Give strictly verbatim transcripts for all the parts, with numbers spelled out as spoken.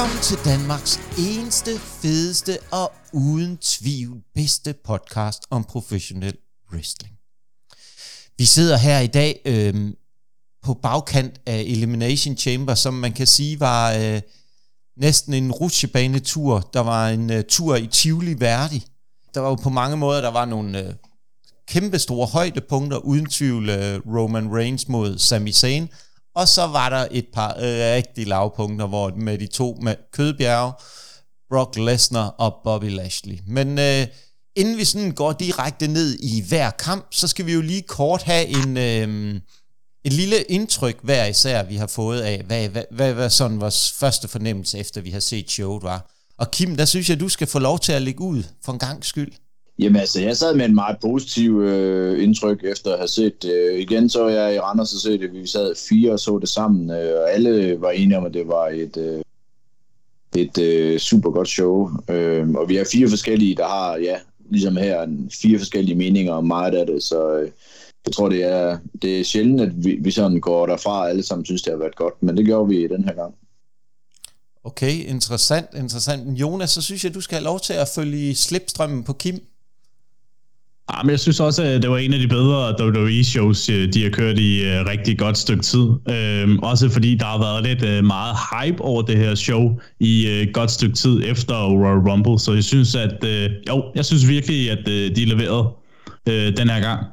Velkommen til Danmarks eneste, fedeste og uden tvivl bedste podcast om professionel wrestling. Vi sidder her i dag øh, på bagkant af Elimination Chamber, som man kan sige var øh, næsten en rutsjebanetur. Der var en øh, tur i Tivoli værdig. Der var jo på mange måder, der var nogle øh, kæmpe store højdepunkter, uden tvivl øh, Roman Reigns mod Sami Zayn. Og så var der et par øh, rigtig lavpunkter, hvor med de to med Kødbjerge, Brock Lesnar og Bobby Lashley. Men øh, inden vi sådan går direkte ned i hver kamp, så skal vi jo lige kort have en, øh, et lille indtryk hver især, vi har fået af, hvad, hvad, hvad, hvad sådan vores første fornemmelse, efter vi har set showet var. Og Kim, der synes jeg, du skal få lov til at lægge ud for en gangs skyld. Jamen altså, jeg sad med en meget positiv øh, indtryk efter at have set øh, igen, så jeg i Randers og set det, vi sad fire og så det sammen, øh, og alle var enige om, at det var et, øh, et øh, super godt show. Øh, og vi er fire forskellige, der har, ja, ligesom her, fire forskellige meninger om meget af det, så øh, jeg tror, det er, det er sjældent, at vi, vi sådan går derfra, og alle sammen synes, det har været godt, men det gjorde vi den her gang. Okay, interessant, interessant. Jonas, så synes jeg, du skal have lov til at følge i slipstrømmen på Kim. Ja, men jeg synes også, at det var en af de bedre W W E-shows, de har kørt i uh, rigtig godt stykke tid. Uh, også fordi der har været lidt uh, meget hype over det her show i uh, godt stykke tid efter Royal Rumble. Så jeg synes, at uh, jo, jeg synes virkelig, at uh, de leverede uh, den her gang.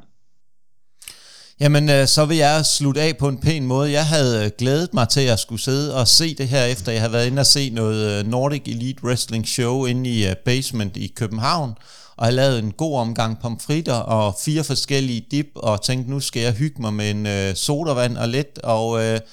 Jamen, øh, så vil jeg slutte af på en pæn måde. Jeg havde øh, glædet mig til at skulle sidde og se det her, efter jeg havde været inde og se noget øh, Nordic Elite Wrestling Show inde i øh, Basement i København, og havde lavet en god omgang pomfritter og fire forskellige dip, og tænkte, nu skal jeg hygge mig med en øh, sodavand og lidt, og øh,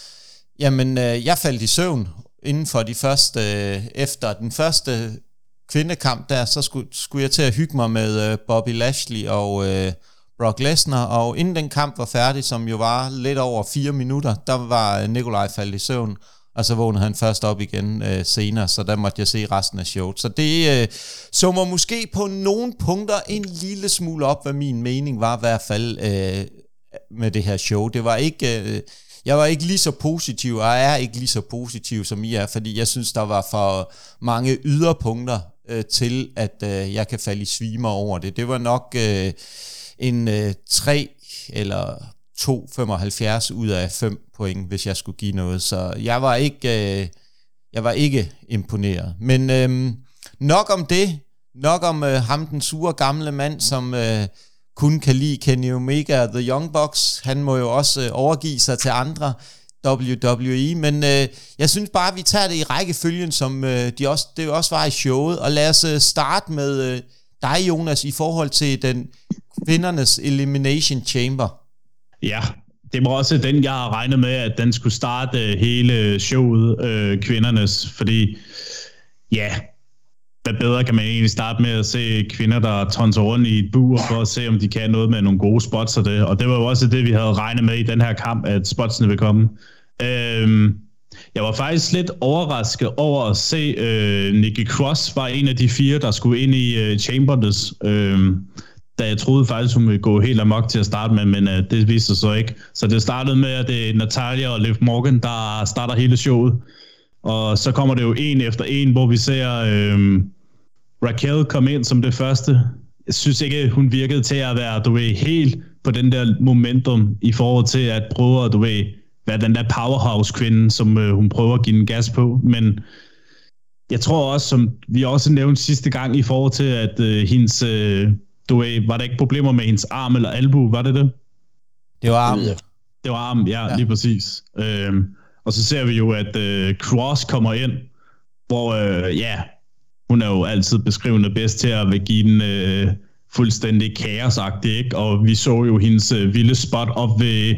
jamen, øh, jeg faldt i søvn inden for de første, øh, efter den første kvindekamp der, så skulle, skulle jeg til at hygge mig med øh, Bobby Lashley og øh, Brock Lesnar, og inden den kamp var færdig, som jo var lidt over fire minutter, der var Nikolaj faldet i søvn, og så vågnede han først op igen øh, senere, så der måtte jeg se resten af showet. Så det øh, summer måske på nogle punkter en lille smule op, hvad min mening var i hvert fald øh, med det her show. Det var ikke, øh, jeg var ikke lige så positiv, og er ikke lige så positiv som I er, fordi jeg synes, der var for mange yderpunkter øh, til, at øh, jeg kan falde i svimer over det. Det var nok øh, en øh, tre eller to komma femoghalvfjerds ud af fem point, hvis jeg skulle give noget. Så jeg var ikke, øh, jeg var ikke imponeret. Men øh, nok om det. Nok om øh, ham, den sure gamle mand, som øh, kun kan lide Kenny Omega og The Young Bucks. Han må jo også øh, overgive sig til andre W W E. Men øh, jeg synes bare, at vi tager det i rækkefølgen, som øh, de også, det jo også var i showet. Og lad os øh, starte med øh, dig, Jonas, i forhold til den kvindernes Elimination Chamber. Ja, det var også den, jeg har regnet med, at den skulle starte hele showet, øh, kvindernes, fordi ja, hvad bedre kan man egentlig starte med at se kvinder, der tonser rundt i et bur, for at se, om de kan noget med nogle gode spots og det, og det var jo også det, vi havde regnet med i den her kamp, at spotsene ville komme. Øhm, jeg var faktisk lidt overrasket over at se, øh, Nikki Cross var en af de fire, der skulle ind i øh, Chambernes, øh, da jeg troede faktisk, hun ville gå helt amok til at starte med, men uh, det viste sig så ikke. Så det startede med, at det er Natalya og Liv Morgan, der starter hele showet. Og så kommer det jo en efter en, hvor vi ser øh, Raquel komme ind som det første. Jeg synes ikke, hun virkede til at være, du ved, helt på den der momentum i forhold til at prøve at, du ved, være den der powerhouse-kvinde, som øh, hun prøver at give en gas på. Men jeg tror også, som vi også nævnte sidste gang, i forhold til, at øh, hendes... Øh, Du ved, var der ikke problemer med hendes arm eller albu, var det det? Det var arm. Det var arm, ja, ja. Lige præcis. Øhm, og så ser vi jo, at øh, Cross kommer ind, hvor, øh, ja, hun er jo altid beskrivende bedst til at vil give den øh, fuldstændig kaosagtig, ikke? Og vi så jo hendes øh, vilde spot op ved,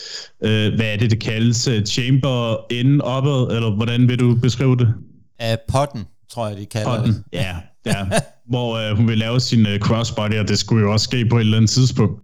øh, hvad er det, det kaldes? Chamber enden opad, eller hvordan vil du beskrive det? Af potten, tror jeg, de kalder potten. det. Ja, ja. Hvor øh, hun vil lave sin øh, crossbody, og det skulle jo også ske på et eller andet tidspunkt.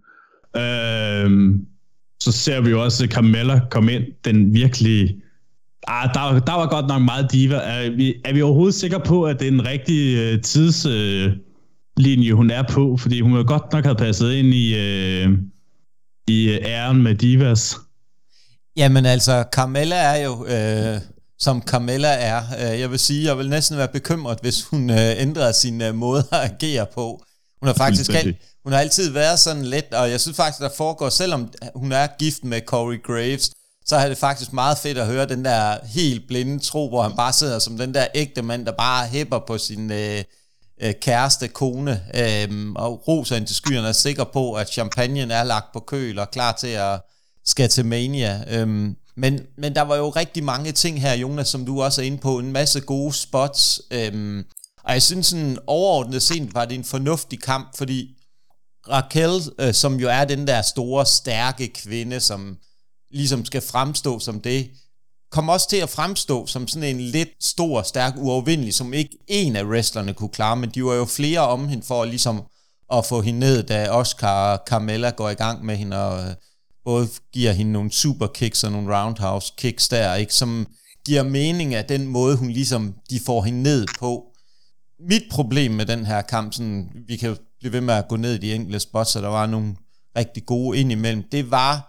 Øh, så ser vi jo også Carmella komme ind, den virkelig... Ah, der, der var godt nok meget diva. Er vi, er vi overhovedet sikre på, at det er en rigtig øh, tidslinje, øh, hun er på? Fordi hun jo godt nok have passet ind i, øh, i æren med divas. Jamen altså, Carmella er jo... Øh som Carmella er. Jeg vil sige, jeg vil næsten være bekymret, hvis hun ændrer sin måde at agere på. Hun har faktisk alt, hun har altid været sådan lidt, og jeg synes faktisk, der foregår, selvom hun er gift med Corey Graves, så er det faktisk meget fedt at høre den der helt blinde tro, hvor han bare sidder som den der ægte mand, der bare hæpper på sin øh, øh, kæreste, kone, øh, og roser ind til skyerne, og er sikker på, at champagnen er lagt på køl og klar til at skal til Mania. Øh, men, men der var jo rigtig mange ting her, Jonas, som du også er inde på, en masse gode spots, øh, og jeg synes sådan overordnet set var det en fornuftig kamp, fordi Raquel, øh, som jo er den der store, stærke kvinde, som ligesom skal fremstå som det, kom også til at fremstå som sådan en lidt stor, stærk, uovervindelig, som ikke en af wrestlerne kunne klare, men de var jo flere om hende for ligesom at få hende ned, da Oscar og Carmella går i gang med hende, og øh, både giver hende nogle superkicks og nogle roundhouse kicks der, ikke, som giver mening af den måde, hun ligesom, de får hende ned på. Mit problem med den her kamp, sådan, vi kan jo blive ved med at gå ned i de enkelte spots, så der var nogle rigtig gode indimellem, det var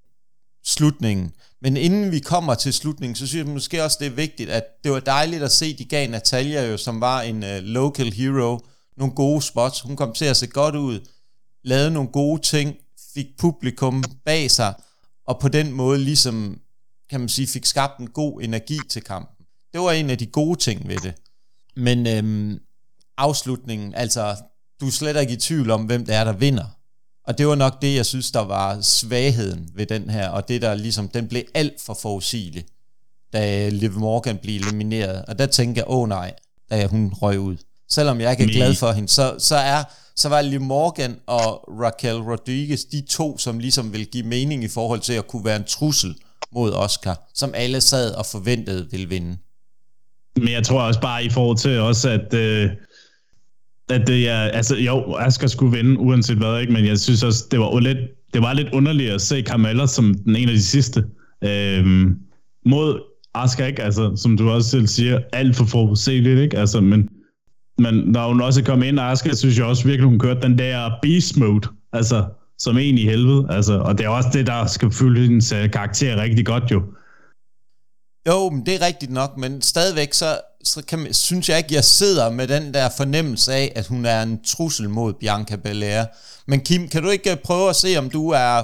slutningen. Men inden vi kommer til slutningen, så synes jeg måske også, det er vigtigt, at det var dejligt at se, de gav Natalya jo, som var en uh, local hero, nogle gode spots. Hun kom til at se godt ud, lavede nogle gode ting, fik publikum bag sig, og på den måde ligesom, kan man sige, fik skabt en god energi til kampen. Det var en af de gode ting ved det. Men øhm, afslutningen, altså, du er slet ikke i tvivl om, hvem det er, der vinder. Og det var nok det, jeg synes, der var svagheden ved den her, og det der ligesom, den blev alt for forudsigelig, da Liv Morgan blev elimineret. Og der tænker jeg, åh oh, nej, da hun røg ud. Selvom jeg ikke er glad for hende, så, så, er, så var Liv Morgan og Raquel Rodriguez de to, som ligesom ville give mening i forhold til at kunne være en trussel mod Oscar, som alle sad og forventede ville vinde. Men jeg tror også bare i forhold til også, at, øh, at det er, altså jo, Asuka skulle vinde, uanset hvad, ikke? Men jeg synes også, det var lidt, det var lidt underligt at se Carmella som den ene af de sidste øh, mod Asuka, ikke? Altså, som du også selv siger, alt for forudsigeligt, ikke? Altså, men, men når hun også kom ind, Asuka, synes jeg også virkelig, hun kørte den der beast mode, altså, som en i helvede, altså, og det er også det, der skal fylde hendes karakter rigtig godt, jo. Jo, men det er rigtigt nok, men stadigvæk så, så kan man, synes jeg ikke, jeg sidder med den der fornemmelse af, at hun er en trussel mod Bianca Belair. Men Kim, kan du ikke prøve at se, om du er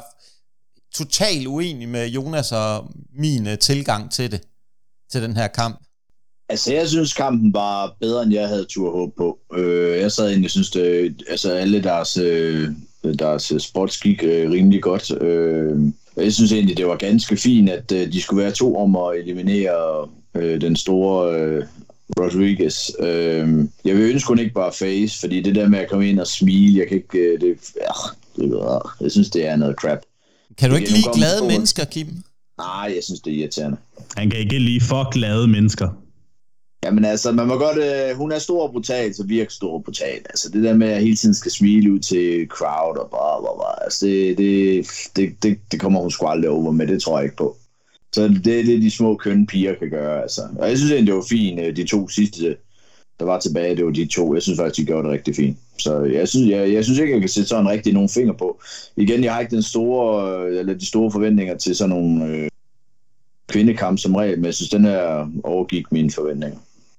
totalt uenig med Jonas og min tilgang til det, til den her kamp? Altså, jeg synes, kampen var bedre, end jeg havde tur håb på. Jeg sad egentlig og synes, at altså, alle deres, deres spots gik rimelig godt. Jeg synes egentlig, det var ganske fint, at de skulle være to om at eliminere den store Rodriguez. Jeg vil ønske, hun ikke bare face, fordi det der med at komme ind og smile, jeg kan ikke... Det, ja, det, jeg synes, det er noget crap. Kan du ikke lide glade mennesker, Kim? Nej, jeg synes, det er irriterende. Han kan ikke lide for glade mennesker. Jamen altså, man må godt, øh, hun er stor og brutal, så virker stor og brutal. Altså det der med, at hele tiden skal smile ud til crowd og bare, bare, bare altså det, det, det, det, det kommer hun sgu aldrig over med, det tror jeg ikke på. Så det er det, de små kønne piger kan gøre, altså. Og jeg synes egentlig, det var fint, de to sidste, der var tilbage, det var de to. Jeg synes faktisk, de gjorde det rigtig fint. Så jeg synes, jeg, jeg synes ikke, jeg kan sætte sådan rigtig nogle fingre på. Igen, jeg har ikke den store, eller de store forventninger til sådan nogle øh, kvindekamp som regel, men jeg synes, den her overgik mine forventninger.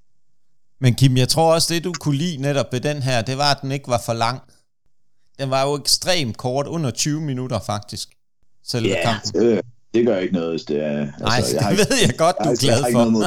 Men Kim, jeg tror også, det du kunne lide netop ved den her, det var, at den ikke var for lang. Den var jo ekstremt kort, under tyve minutter faktisk. Selve ja, kampen. Det, det gør ikke noget, hvis det er... Altså, Nej, det jeg ved ikke, jeg godt, du er glad for.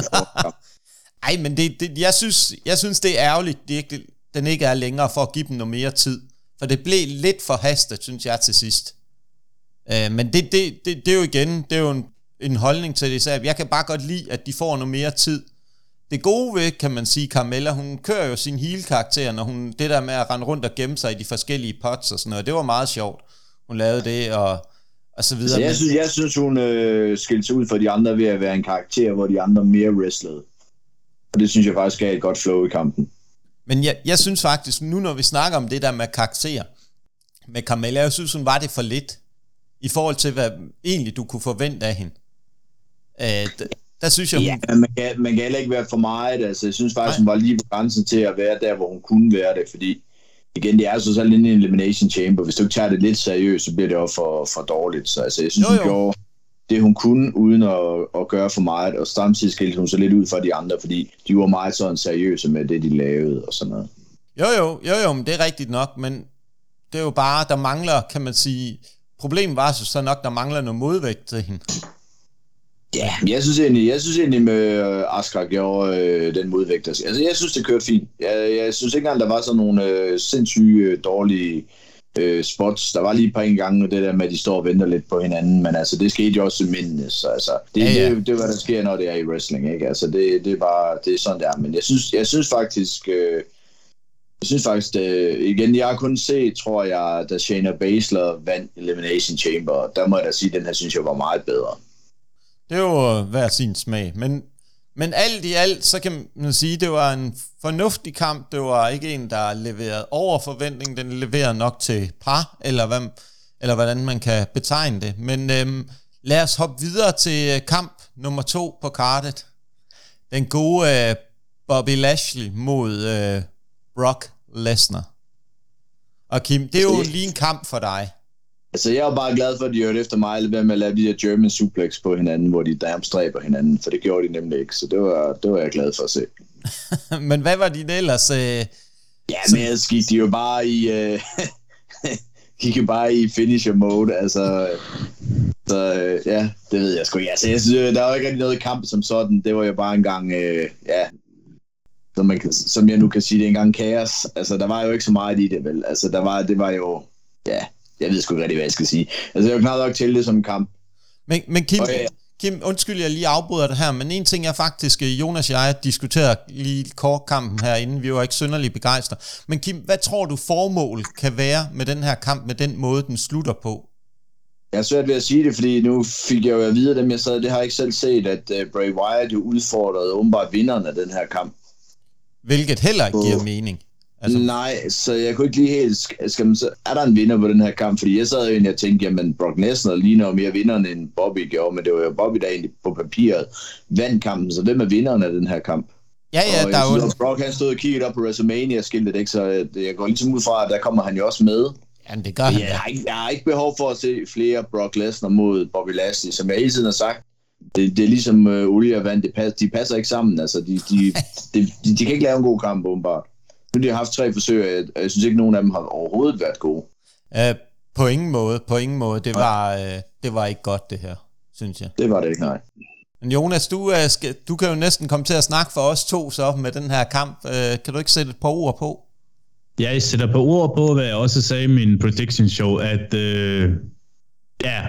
Ej, men det, det, jeg, synes, jeg synes, det er ærgerligt, det, den ikke er længere for at give dem noget mere tid. For det blev lidt for hastet, synes jeg, til sidst. Uh, men det, det, det, det er jo igen, det er jo en, en holdning til det. Så jeg kan bare godt lide, at de får noget mere tid. Det gode ved, kan man sige, Carmella, hun kører jo sin heel-karakter, når hun, det der med at rende rundt og gemme sig i de forskellige pots og sådan noget, det var meget sjovt. Hun lavede det, og, og så videre. Så jeg, synes, jeg synes, hun øh, skilte sig ud fra de andre ved at være en karakter, hvor de andre mere wrestlede. Og det synes jeg faktisk gav et godt flow i kampen. Men jeg, jeg synes faktisk, nu når vi snakker om det der med karakter, med Carmella, jeg synes, hun var det for lidt, i forhold til, hvad egentlig du kunne forvente af hende. Øh, Der synes jeg, hun... Ja, man kan, man kan heller ikke være for meget. Altså, jeg synes faktisk, Nej. hun var lige på grænsen til at være der, hvor hun kunne være det, fordi igen, det er så sådan en elimination chamber. Hvis du ikke tager det lidt seriøst, så bliver det også for, for dårligt. Så altså, jeg synes, jo, jo. hun gjorde det hun kunne, uden at, at gøre for meget, og samtidig skilte hun sig lidt ud fra de andre, fordi de var meget sådan seriøse med det, de lavede og sådan noget. Jo, jo, jo, jo, men det er rigtigt nok, men det er jo bare, der mangler, kan man sige, problemet var så nok, der mangler noget modvægt til hende. Ja, jeg synes egentlig, jeg synes egentlig med uh, Asuka gjorde øh, den modvægt. Altså, jeg synes, det kørte fint. Jeg, jeg synes ikke engang, der var sådan nogle øh, sindssyge, øh, dårlige øh, spots. Der var lige et par gange det der med, at de står og venter lidt på hinanden, men altså, det skete jo også i mændene. Så altså, det, ja, ja. det, det er, hvad der sker, når det er i wrestling, ikke? Altså, det, det er bare, det er sådan der. Men jeg synes, jeg synes faktisk, øh, jeg synes faktisk, det, igen, jeg har kun set, tror jeg, da Shayna Baszler vandt Elimination Chamber. Der må jeg da sige, at den her synes jeg var meget bedre. Det er jo hver sin smag, men, men alt i alt, så kan man sige, det var en fornuftig kamp. Det var ikke en, der leverede over forventning. Den leverede nok til par, eller, hvad, eller hvordan man kan betegne det. Men øhm, lad os hoppe videre til kamp nummer to på kartet. Den gode øh, Bobby Lashley mod øh, Brock Lesnar. Og Kim, det er jo lige en kamp for dig. Altså, jeg er bare glad for, at de hørte efter mig, eller med at lave de der German suplex på hinanden, hvor de damstræber hinanden, for det gjorde de nemlig ikke, så det var, det var jeg glad for at se. Men hvad var de ellers? Øh, ja, men jeg gik de jo bare i, øh, gik jo bare i finisher mode, altså, så øh, ja, det ved jeg sgu ikke. Altså, jeg synes, der var ikke rigtig noget kamp som sådan, det var jo bare en gang, øh, ja, som, man kan, som jeg nu kan sige, det er en gang kaos. Altså, der var jo ikke så meget i det, vel, altså, der var, det var jo, ja, jeg ved sgu ikke rigtig, hvad jeg skal sige. Altså, jeg er jo knap nok til det som en kamp. Men, men Kim, okay. Kim, undskyld, jeg lige afbryder det her, men en ting er faktisk, Jonas og jeg diskuterer lige kort kampen herinde, vi var ikke synderligt begejstrede. Men Kim, hvad tror du formålet kan være med den her kamp, med den måde, den slutter på? Jeg er svært ved at sige det, fordi nu fik jeg jo at vide, dem jeg sad, det har jeg ikke selv set, at uh, Bray Wyatt jo udfordrede åbenbart vinderen af den her kamp. Hvilket heller ikke giver mening. Altså... Nej, så jeg kunne ikke lige helt... Skal man så, er der en vinder på den her kamp? Fordi jeg sad jo egentlig og tænkte, jamen Brock Lesnar ligner jo mere vinderen end Bobby gjorde, men det var jo Bobby, der egentlig på papiret vandt kampen, så hvem er vinderen af den her kamp? Ja, ja, og der er jo... Brock han stod og kiggede op på WrestleMania-skiltet, ikke? Så jeg går ligesom ud fra, at der kommer han jo også med. Jamen, det gør han. Jeg har, ikke, jeg har ikke behov for at se flere Brock Lesnar mod Bobby Lashley, som jeg hele tiden har sagt. Det, det er ligesom øh, olie og vand, det passer, de passer ikke sammen, altså de, de, de, de, de kan ikke lave en god kamp, åbenbart. Nu de har haft tre forsøg, og jeg synes ikke, nogen af dem har overhovedet været gode. Uh, på ingen måde, på ingen måde. Det var, uh, det var ikke godt, det her, synes jeg. Det var det ikke, nej. Men Jonas, du, uh, skal, du kan jo næsten komme til at snakke for os to så med den her kamp. Uh, kan du ikke sætte et par ord på? Ja, jeg sætter på ord på, hvad jeg også sagde i min prediction show, at uh, ja...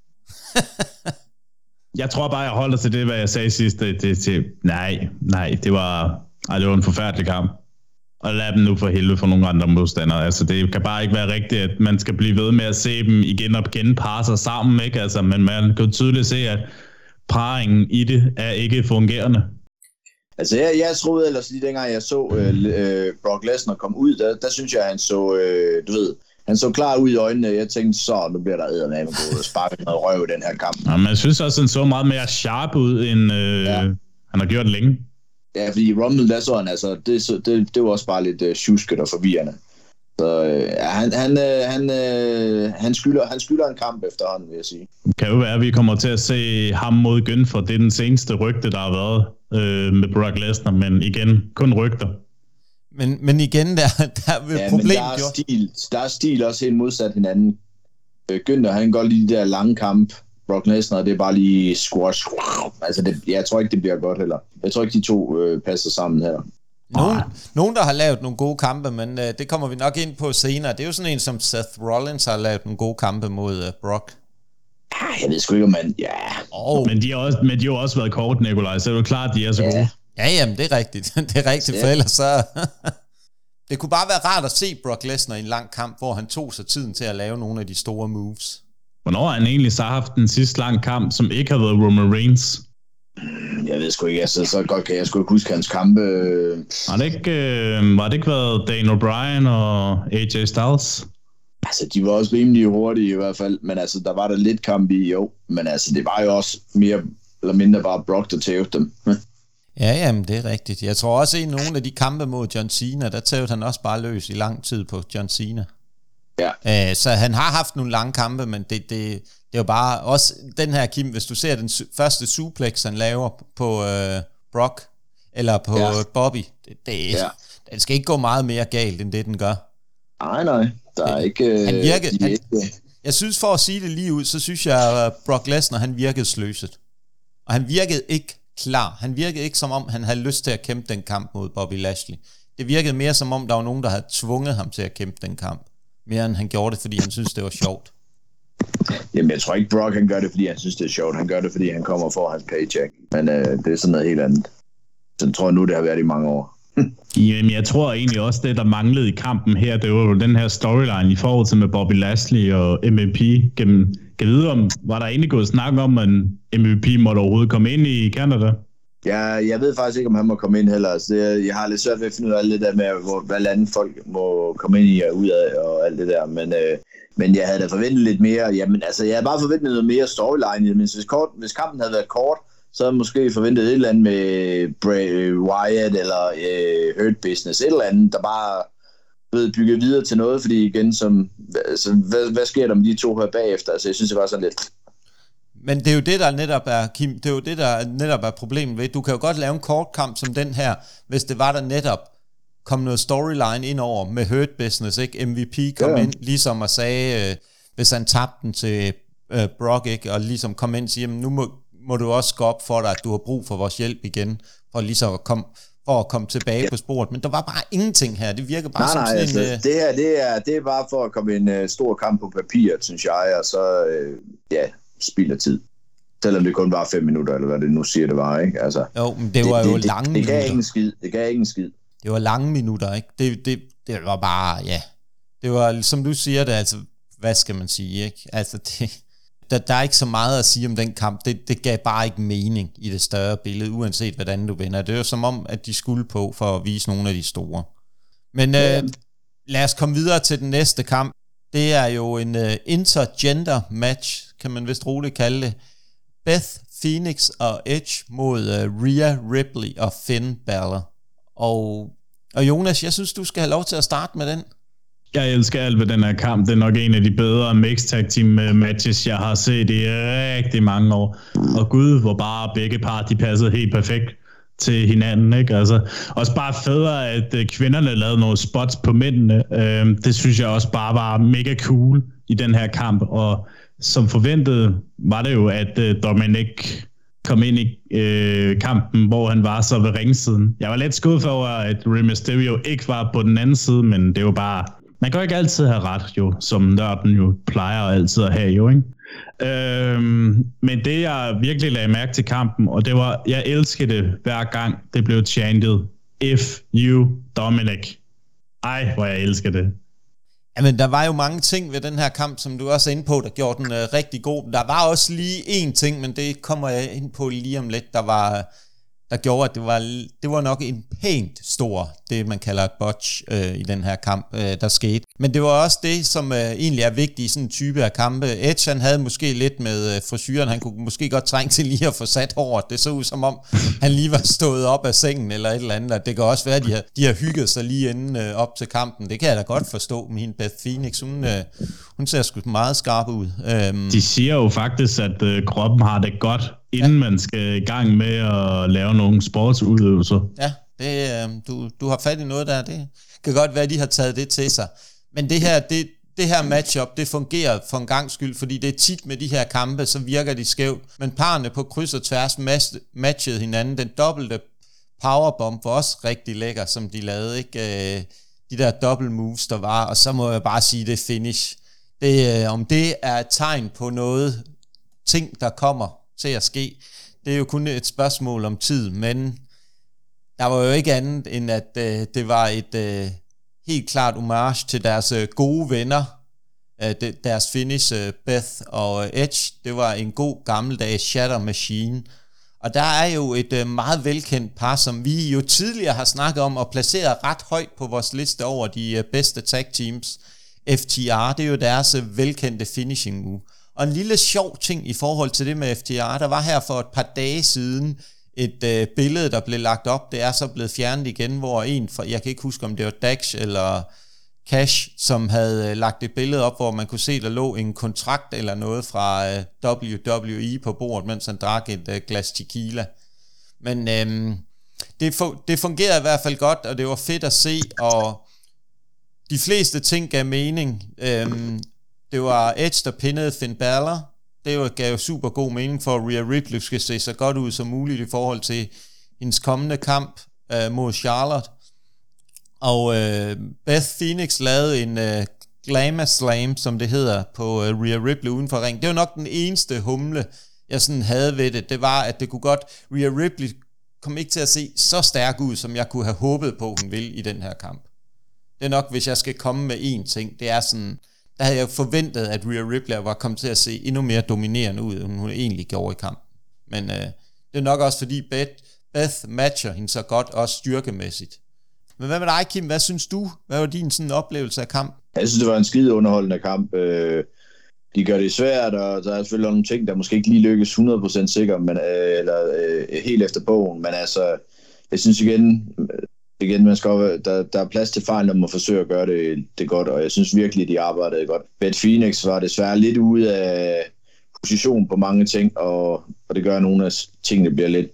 Jeg tror bare, jeg holder til det, hvad jeg sagde sidst. Det, det, det, nej, nej, det var, ej, det var en forfærdelig kamp. Og lad dem nu for helvede for nogle andre modstandere. Altså, det kan bare ikke være rigtigt, at man skal blive ved med at se dem igen og igen parre sig sammen, ikke? Altså, men man kan tydeligt se, at parringen i det er ikke fungerende. Altså, jeg, jeg troede ellers lige dengang, jeg så øh, Brock Lesnar komme ud, der, der synes jeg, han så, øh, du ved, han så klar ud i øjnene. Jeg tænkte, så nu bliver der eddermame gået og sparket noget røv i den her kamp. Ja, men jeg synes også, han så meget mere sharp ud, end øh, ja. han har gjort længe. Ja, fordi Rumble, der så han, altså, det, det, det var også bare lidt uh, tjusket og forvirrende. Så øh, han, han, øh, han, øh, han, skylder, han skylder en kamp efterhånden, vil jeg sige. Det kan jo være, at vi kommer til at se ham mod Gunther. Det er den seneste rygte, der har været øh, med Brock Lesnar, men igen, kun rygter. Men, men igen, der, der er ja, problem. Der er, stil, der er stil også helt modsat hinanden. Øh, Gunther, han kan godt lide de der lange kamp. Brock Lesnar, det er bare lige squash. Altså, det, jeg tror ikke, det bliver godt heller. Jeg tror ikke, de to øh, passer sammen her. Nogen, nogen, der har lavet nogle gode kampe, men øh, det kommer vi nok ind på senere. Det er jo sådan en, som Seth Rollins har lavet nogle gode kampe mod øh, Brock. Jeg ved sgu ikke, om man... Ja. Oh. Men, de har også, men de har også været kort, Nikolaj, så er det jo klart, at de er så ja. gode. Ja, jamen, det er rigtigt. Det er rigtigt, ja. For ellers så... Det kunne bare være rart at se Brock Lesnar i en lang kamp, hvor han tog sig tiden til at lave nogle af de store moves. Hvornår har han egentlig så haft den sidste lang kamp, som ikke har været Roman Reigns? Jeg ved sgu ikke, altså, så godt kan jeg sgu ikke huske hans kampe. Har det ikke, øh, var det ikke været Daniel Bryan og A J Styles? Altså, de var også rimelig hurtige i hvert fald, men altså, der var der lidt kamp i, jo. Men altså, det var jo også mere eller mindre bare Brock, der tævede dem. Ja, jamen, det er rigtigt. Jeg tror også, at i nogle af de kampe mod John Cena, der tævede han også bare løs i lang tid på John Cena. Ja. Øh, så han har haft nogle lange kampe, men det, det, det er jo bare også den her, Kim, hvis du ser den su- første suplex, han laver på øh, Brock, eller på ja. Bobby, det, det, ja. den skal ikke gå meget mere galt, end det den gør. Nej, nej, der er ikke... Han virker, de han, ikke. Jeg synes, for at sige det lige ud, så synes jeg, at Brock Lesnar, han virkede sløset. Og han virkede ikke klar. Han virkede ikke, som om han havde lyst til at kæmpe den kamp mod Bobby Lashley. Det virkede mere, som om der var nogen, der havde tvunget ham til at kæmpe den kamp. Mere end han gjorde det, fordi han synes det var sjovt. Jamen, jeg tror ikke, Brock han gør det, fordi han synes det er sjovt. Han gør det, fordi han kommer for hans paycheck. Men øh, det er sådan noget helt andet. Så jeg tror nu, det har været i mange år. Jamen, jeg tror egentlig også, det der manglede i kampen her, det var jo den her storyline i forhold til med Bobby Lashley og M V P. Kan, kan vide om, var der egentlig gået snak om, at M V P måtte overhovedet komme ind i Canada? Ja, jeg ved faktisk ikke, om han må komme ind heller. Altså, det, jeg har lidt svært ved at finde ud af alt det der med, hvor, hvad lande folk må komme ind i og ud af og alt det der. Men, øh, men jeg havde da forventet lidt mere. Jamen, altså, jeg havde bare forventet noget mere storyline. Men hvis, kort, hvis kampen havde været kort, så havde jeg måske forventet et eller andet med Bray Wyatt eller øh, Hurt Business. Et eller andet, der bare ved bygge videre til noget. Fordi igen, som, altså, hvad, hvad sker der med de to her bagefter? Altså, jeg synes, det var sådan lidt... Men det er jo det, der netop er, Kim, det er jo det, der netop er problemet ved. Du kan jo godt lave en kort kamp som den her, hvis det var der netop kom noget storyline ind over med Hurt Business, ikke? M V P kom ja. ind, ligesom og sagde, øh, hvis han tabte den til øh, Brock, ikke? Og ligesom kom ind og sige, nu må, må du også gå op for dig, at du har brug for vores hjælp igen, for ligesom at komme, for at komme tilbage ja. på sporet. Men der var bare ingenting her. Det virker bare nej, som nej, sådan altså, en... Øh... det her, det er, det er bare for at komme en uh, stor kamp på papiret, synes jeg, og så, øh, ja, spilder tid. Selvom det kun var fem minutter, eller hvad det nu siger, det var, ikke? Altså, jo, men det var det, jo det, lange det, minutter. Det gav ingen skid. Det gav ingen skid. Det var lange minutter, ikke? Det, det, det var bare, ja. Det var, som du siger det, altså, hvad skal man sige, ikke? Altså, det, der, der er ikke så meget at sige om den kamp. Det, det gav bare ikke mening i det større billede, uanset hvordan du vinder. Det var som om, at de skulle på for at vise nogle af de store. Men øh, lad os komme videre til den næste kamp. Det er jo en uh, intergender match, kan man vist roligt kalde det. Beth Phoenix og Edge mod uh, Rhea Ripley og Finn Balor. Og, og Jonas, jeg synes, du skal have lov til at starte med den. Jeg elsker alt ved den her kamp. Det er nok en af de bedre mixed tag team matches, jeg har set i rigtig mange år. Og gud, hvor bare begge par, de passede helt perfekt til hinanden, ikke? Altså, også bare federe, at kvinderne lavede nogle spots på mændene. Det synes jeg også bare var mega cool i den her kamp. Og som forventet var det jo, at Dominic kom ind i øh, kampen, hvor han var så ved ringsiden. Jeg var lidt skuffet over, at Rey Mysterio ikke var på den anden side, men det var bare... Man kan jo ikke altid have ret, jo, som nørden jo plejer altid at have, jo, ikke? Øhm, men det, jeg virkelig lagde mærke til kampen, og det var, jeg elskede det hver gang, det blev chantet, If you Dominic. Ej, hvor jeg elsker det. Jamen, der var jo mange ting ved den her kamp, som du også er inde på, der gjorde den øh, rigtig god. Der var også lige én ting, men det kommer jeg ind på lige om lidt, der var... der gjorde, at det var, det var nok en pænt stor, det man kalder et botch øh, i den her kamp, øh, der skete. Men det var også det, som øh, egentlig er vigtigt i sådan en type af kampe. Edge, han havde måske lidt med øh, frisyren, han kunne måske godt trænge til lige at få sat håret. Det så ud som om, han lige var stået op af sengen eller et eller andet, og det kan også være, at de har, de har hygget sig lige inden øh, op til kampen. Det kan jeg da godt forstå med hende Beth Phoenix. Hun, øh, hun ser sgu meget skarp ud. Øhm. De siger jo faktisk, at øh, kroppen har det godt, inden ja. man skal i gang med at lave nogle sportsudøvelser. Ja, det, øh, du, du har fat i noget der. Det kan godt være, at de har taget det til sig. Men det her, det, det her matchup, det fungerer for en gang skyld, fordi det er tit med de her kampe, så virker de skævt. Men parerne på kryds og tværs matchede hinanden. Den dobbelte powerbomb var også rigtig lækker, som de lavede, ikke? Øh, de der double moves, der var. Og så må jeg bare sige, det finish. Det, øh, om det er et tegn på noget, ting, der kommer til at ske. Det er jo kun et spørgsmål om tid, men der var jo ikke andet, end at øh, det var et øh, helt klart homage til deres øh, gode venner, øh, de, deres finish, øh, Beth og øh, Edge. Det var en god gammeldags Shatter Machine. Og der er jo et øh, meget velkendt par, som vi jo tidligere har snakket om og placeret ret højt på vores liste over de øh, bedste tag teams. F T R, det er jo deres øh, velkendte finishing move. Og en lille sjov ting i forhold til det med F T R, der var her for et par dage siden et øh, billede, der blev lagt op. Det er så blevet fjernet igen, hvor en fra, jeg kan ikke huske, om det var Dax eller Cash, som havde lagt et billede op, hvor man kunne se, der lå en kontrakt eller noget fra W W E på bordet, mens han drak et glas tequila. Men øhm, det, fu- det fungerede i hvert fald godt, og det var fedt at se, og de fleste ting gav mening. Øhm, det var Edge, der pinnede Finn Balor. Det var, gav super god mening for, at Rhea Ripley skal se så godt ud som muligt i forhold til hendes kommende kamp øh, mod Charlotte. Og øh, Beth Phoenix lavede en øh, Glamour Slam, som det hedder, på øh, Rhea Ripley uden for ring. Det var nok den eneste humle, jeg sådan havde ved det. Det var, at det kunne godt... Rhea Ripley kom ikke til at se så stærk ud, som jeg kunne have håbet på, hun ville i den her kamp. Det er nok, hvis jeg skal komme med én ting, det er sådan... Der havde jeg forventet, at Rhea Ripley var kommet til at se endnu mere dominerende ud, end hun egentlig gjorde i kampen. Men øh, det er nok også, fordi Beth, Beth matcher hende så godt, også styrkemæssigt. Men hvad med dig, Kim? Hvad synes du? Hvad var din sådan oplevelse af kamp? Jeg synes, det var en skide underholdende kamp. De gør det svært, og der er selvfølgelig nogle ting, der måske ikke lige lykkes hundrede procent sikkert, men, eller helt efter bogen. Men altså, jeg synes igen, igen man skal, der, der er plads til fejl, når man forsøger at gøre det, det godt, og jeg synes virkelig, de arbejdede godt. Beth Phoenix var desværre lidt ude af position på mange ting, og, og det gør, at nogle af tingene bliver lidt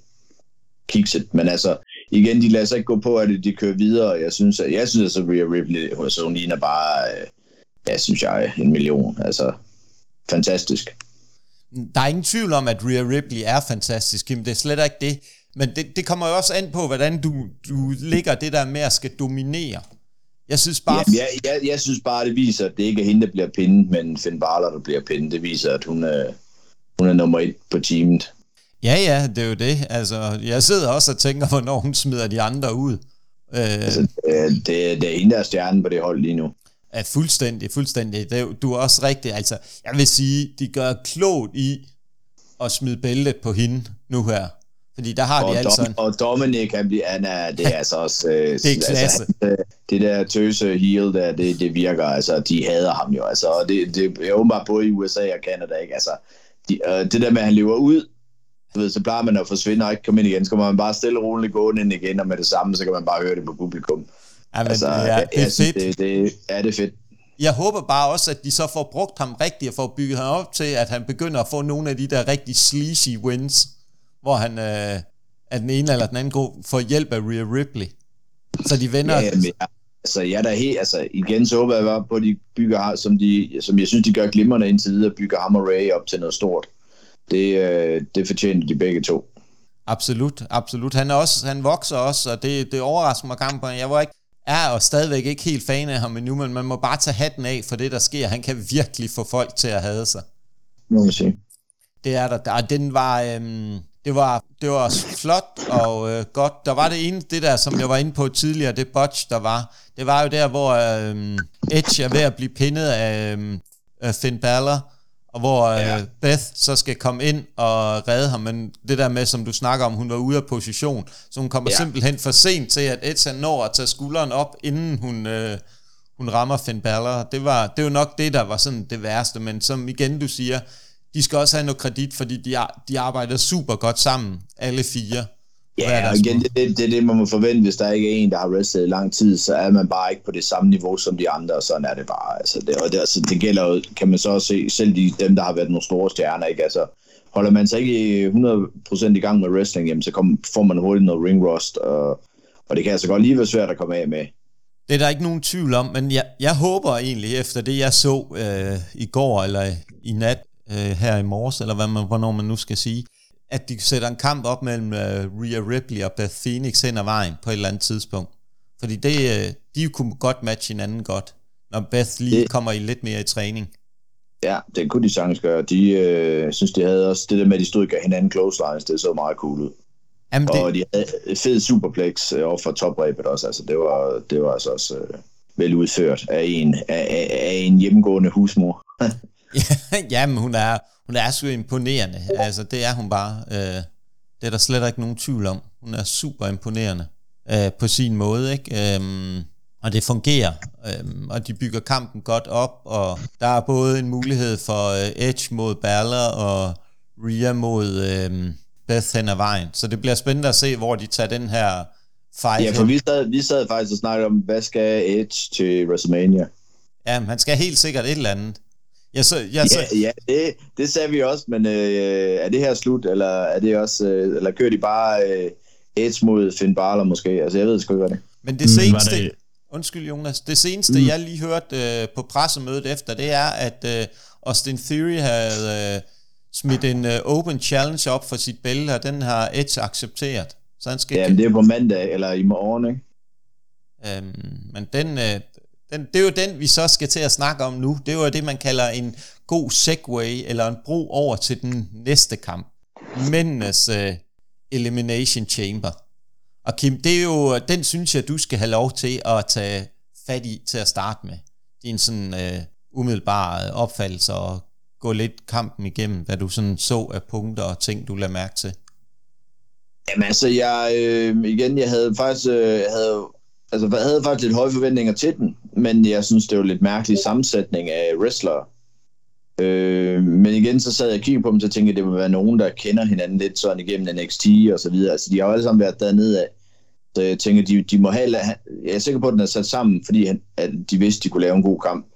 kikset. Men altså, igen, de lader sig ikke gå på, at de kører videre. Jeg synes, at, jeg synes, at Rhea Ripley, så hun ligner bare, jeg synes jeg, en million. Altså, fantastisk. Der er ingen tvivl om, at Rhea Ripley er fantastisk, Kim. Det er slet ikke det. Men det, det kommer jo også an på, hvordan du, du ligger det der med at skal dominere. Jeg synes bare... Ja, jeg, jeg, jeg synes bare, det viser, at det ikke er hende, der bliver pindet, men Finn Balor, der bliver pindet. Det viser, at hun er, hun er nummer et på teamet. Ja, ja, det er jo det. Altså, jeg sidder også og tænker, hvornår hun smider de andre ud. Øh, altså, det, det er hende, der er stjernen på det hold lige nu. Ja, fuldstændig, fuldstændig. Det er, du er også rigtig. Altså, jeg vil sige, de gør klogt i at smide bæltet på hende nu her. Fordi der har og de altså... Dom, og Dominic, han bliver, han er, det er altså også... det er klasse. Altså, det der tøse heel, der, det, det virker, altså, de hader ham jo, altså, og det, det er åbenbart både i U S A og Canada, ikke, altså, de, øh, det der med, at han lever ud, du ved, så plejer man at forsvinde og ikke komme ind igen, så kan man bare stille og roligt gå ind igen, og med det samme, så kan man bare høre det på publikum. Ja, men altså, det er, det er jeg synes, fedt. Det, det, er det fedt. Jeg håber bare også, at de så får brugt ham rigtigt, og får bygget ham op til, at han begynder at få nogle af de der rigtig sleazy wins, hvor han øh, af den ene eller den anden grund får hjælp af Rhea Ripley. Så de vender... Ja, men, altså, jeg er da helt, altså, igen så håber jeg bare på, at de bygger, som, de, som jeg synes, de gør glimrende indtil videre, bygger ham og Ray op til noget stort. Det, øh, det fortjener de begge to. Absolut, absolut. Han, er også, han vokser også, og det, det overrasker mig kampen. Jeg var ikke, er og stadigvæk ikke helt fan af ham endnu, men man må bare tage hatten af for det, der sker. Han kan virkelig få folk til at hade sig. Må man sige. Det er der. der den var, øhm, det var, det var flot og øh, godt. Der var det ene, det der, som jeg var inde på tidligere, det botch, der var. Det var jo der, hvor øh, Edge er ved at blive pindet af øh, Finn Balor, og hvor ja. øh, Beth så skal komme ind og redde ham, men det der med, som du snakker om, hun var ude af position, så hun kommer ja. simpelthen for sent til, at Edge når at tage skulderen op, inden hun, øh, hun rammer Finn Balor. Det var, det var nok det, der var sådan det værste, men som igen du siger, de skal også have noget kredit, fordi de, de arbejder super godt sammen, alle fire. Ja, og igen, det, det, det er det, man må forvente, hvis der ikke er en, der har wrestlet i lang tid, så er man bare ikke på det samme niveau som de andre, og sådan er det bare. Altså, det, og det, altså, det gælder jo, kan man så også se, selv de, dem, der har været nogle store stjerner, ikke? Altså, holder man sig ikke hundrede procent i gang med wrestling, jamen, så kom, får man hurtigt noget ring rust, og, og det kan altså godt lige være svært at komme af med. Det er der ikke nogen tvivl om, men jeg, jeg håber egentlig, efter det jeg så øh, i går, eller i nat, øh, her i morges, eller hvad man, hvornår man nu skal sige, at de sætter en kamp op mellem uh, Rhea Ripley og Beth Phoenix hen ad vejen på et eller andet tidspunkt. Fordi det, uh, de kunne godt matche hinanden godt, når Beth lige det, kommer i lidt mere i træning. Ja, det kunne de sagtens gøre. De øh, synes, de havde også det der med, at de stod og gav hinanden clotheslines, det så meget cool ud. Jamen, det... Og de havde et fed superplex øh, over for toprebet også. Altså, det var, det var altså også øh, vel udført af en, af, af, af en hjemmegående husmor. Jamen, hun er... Hun er sgu imponerende, altså det er hun bare, øh, det er der slet ikke nogen tvivl om. Hun er super imponerende øh, på sin måde, ikke? Øhm, og det fungerer, øhm, og de bygger kampen godt op, og der er både en mulighed for øh, Edge mod Balor og Rhea mod øh, Beth hen ad vejen. Så det bliver spændende at se, hvor de tager den her fight. Ja, for vi sad, vi sad faktisk og snakkede om, hvad skal Edge til WrestleMania? Ja, han skal helt sikkert et eller andet. Jeg så, jeg så... Ja, ja det, det sagde vi også, men øh, er det her slut, eller er det også, øh, eller kører de bare øh, Edge mod Finn Balor måske? Altså, jeg ved sgu ikke, hvad det. Men det seneste, mm, det... undskyld Jonas, det seneste, mm. jeg lige hørte øh, på pressemødet efter, det er, at øh, Austin Theory havde øh, smidt en øh, open challenge op for sit bælte, og den har Edge accepteret. Så han skal... Ja, men det er på mandag, eller i morgen, ikke? Øhm, men den, øh, den, det er jo den, vi så skal til at snakke om nu. Det er jo det, man kalder en god segway, eller en bro over til den næste kamp. Mændenes øh, Elimination Chamber. Og Kim, det er jo, den synes jeg, du skal have lov til at tage fat i til at starte med. Din sådan øh, umiddelbare opfattelse og gå lidt kampen igennem, hvad du sådan så af punkter og ting, du lader mærke til. Jamen altså, jeg, øh, igen, jeg havde faktisk, øh, havde, altså, jeg havde faktisk lidt høje forventninger til den, men jeg synes, det var lidt mærkelig sammensætning af wrestlere. Øh, men igen, så sad jeg og kiggede på dem, så tænkte jeg, det må være nogen, der kender hinanden lidt sådan igennem N X T og så videre. Altså, de har jo alle sammen været dernede af. Så jeg tænker, de, de må have, jeg er sikker på, at den er sat sammen, fordi han, at de vidste, de kunne lave en god kamp.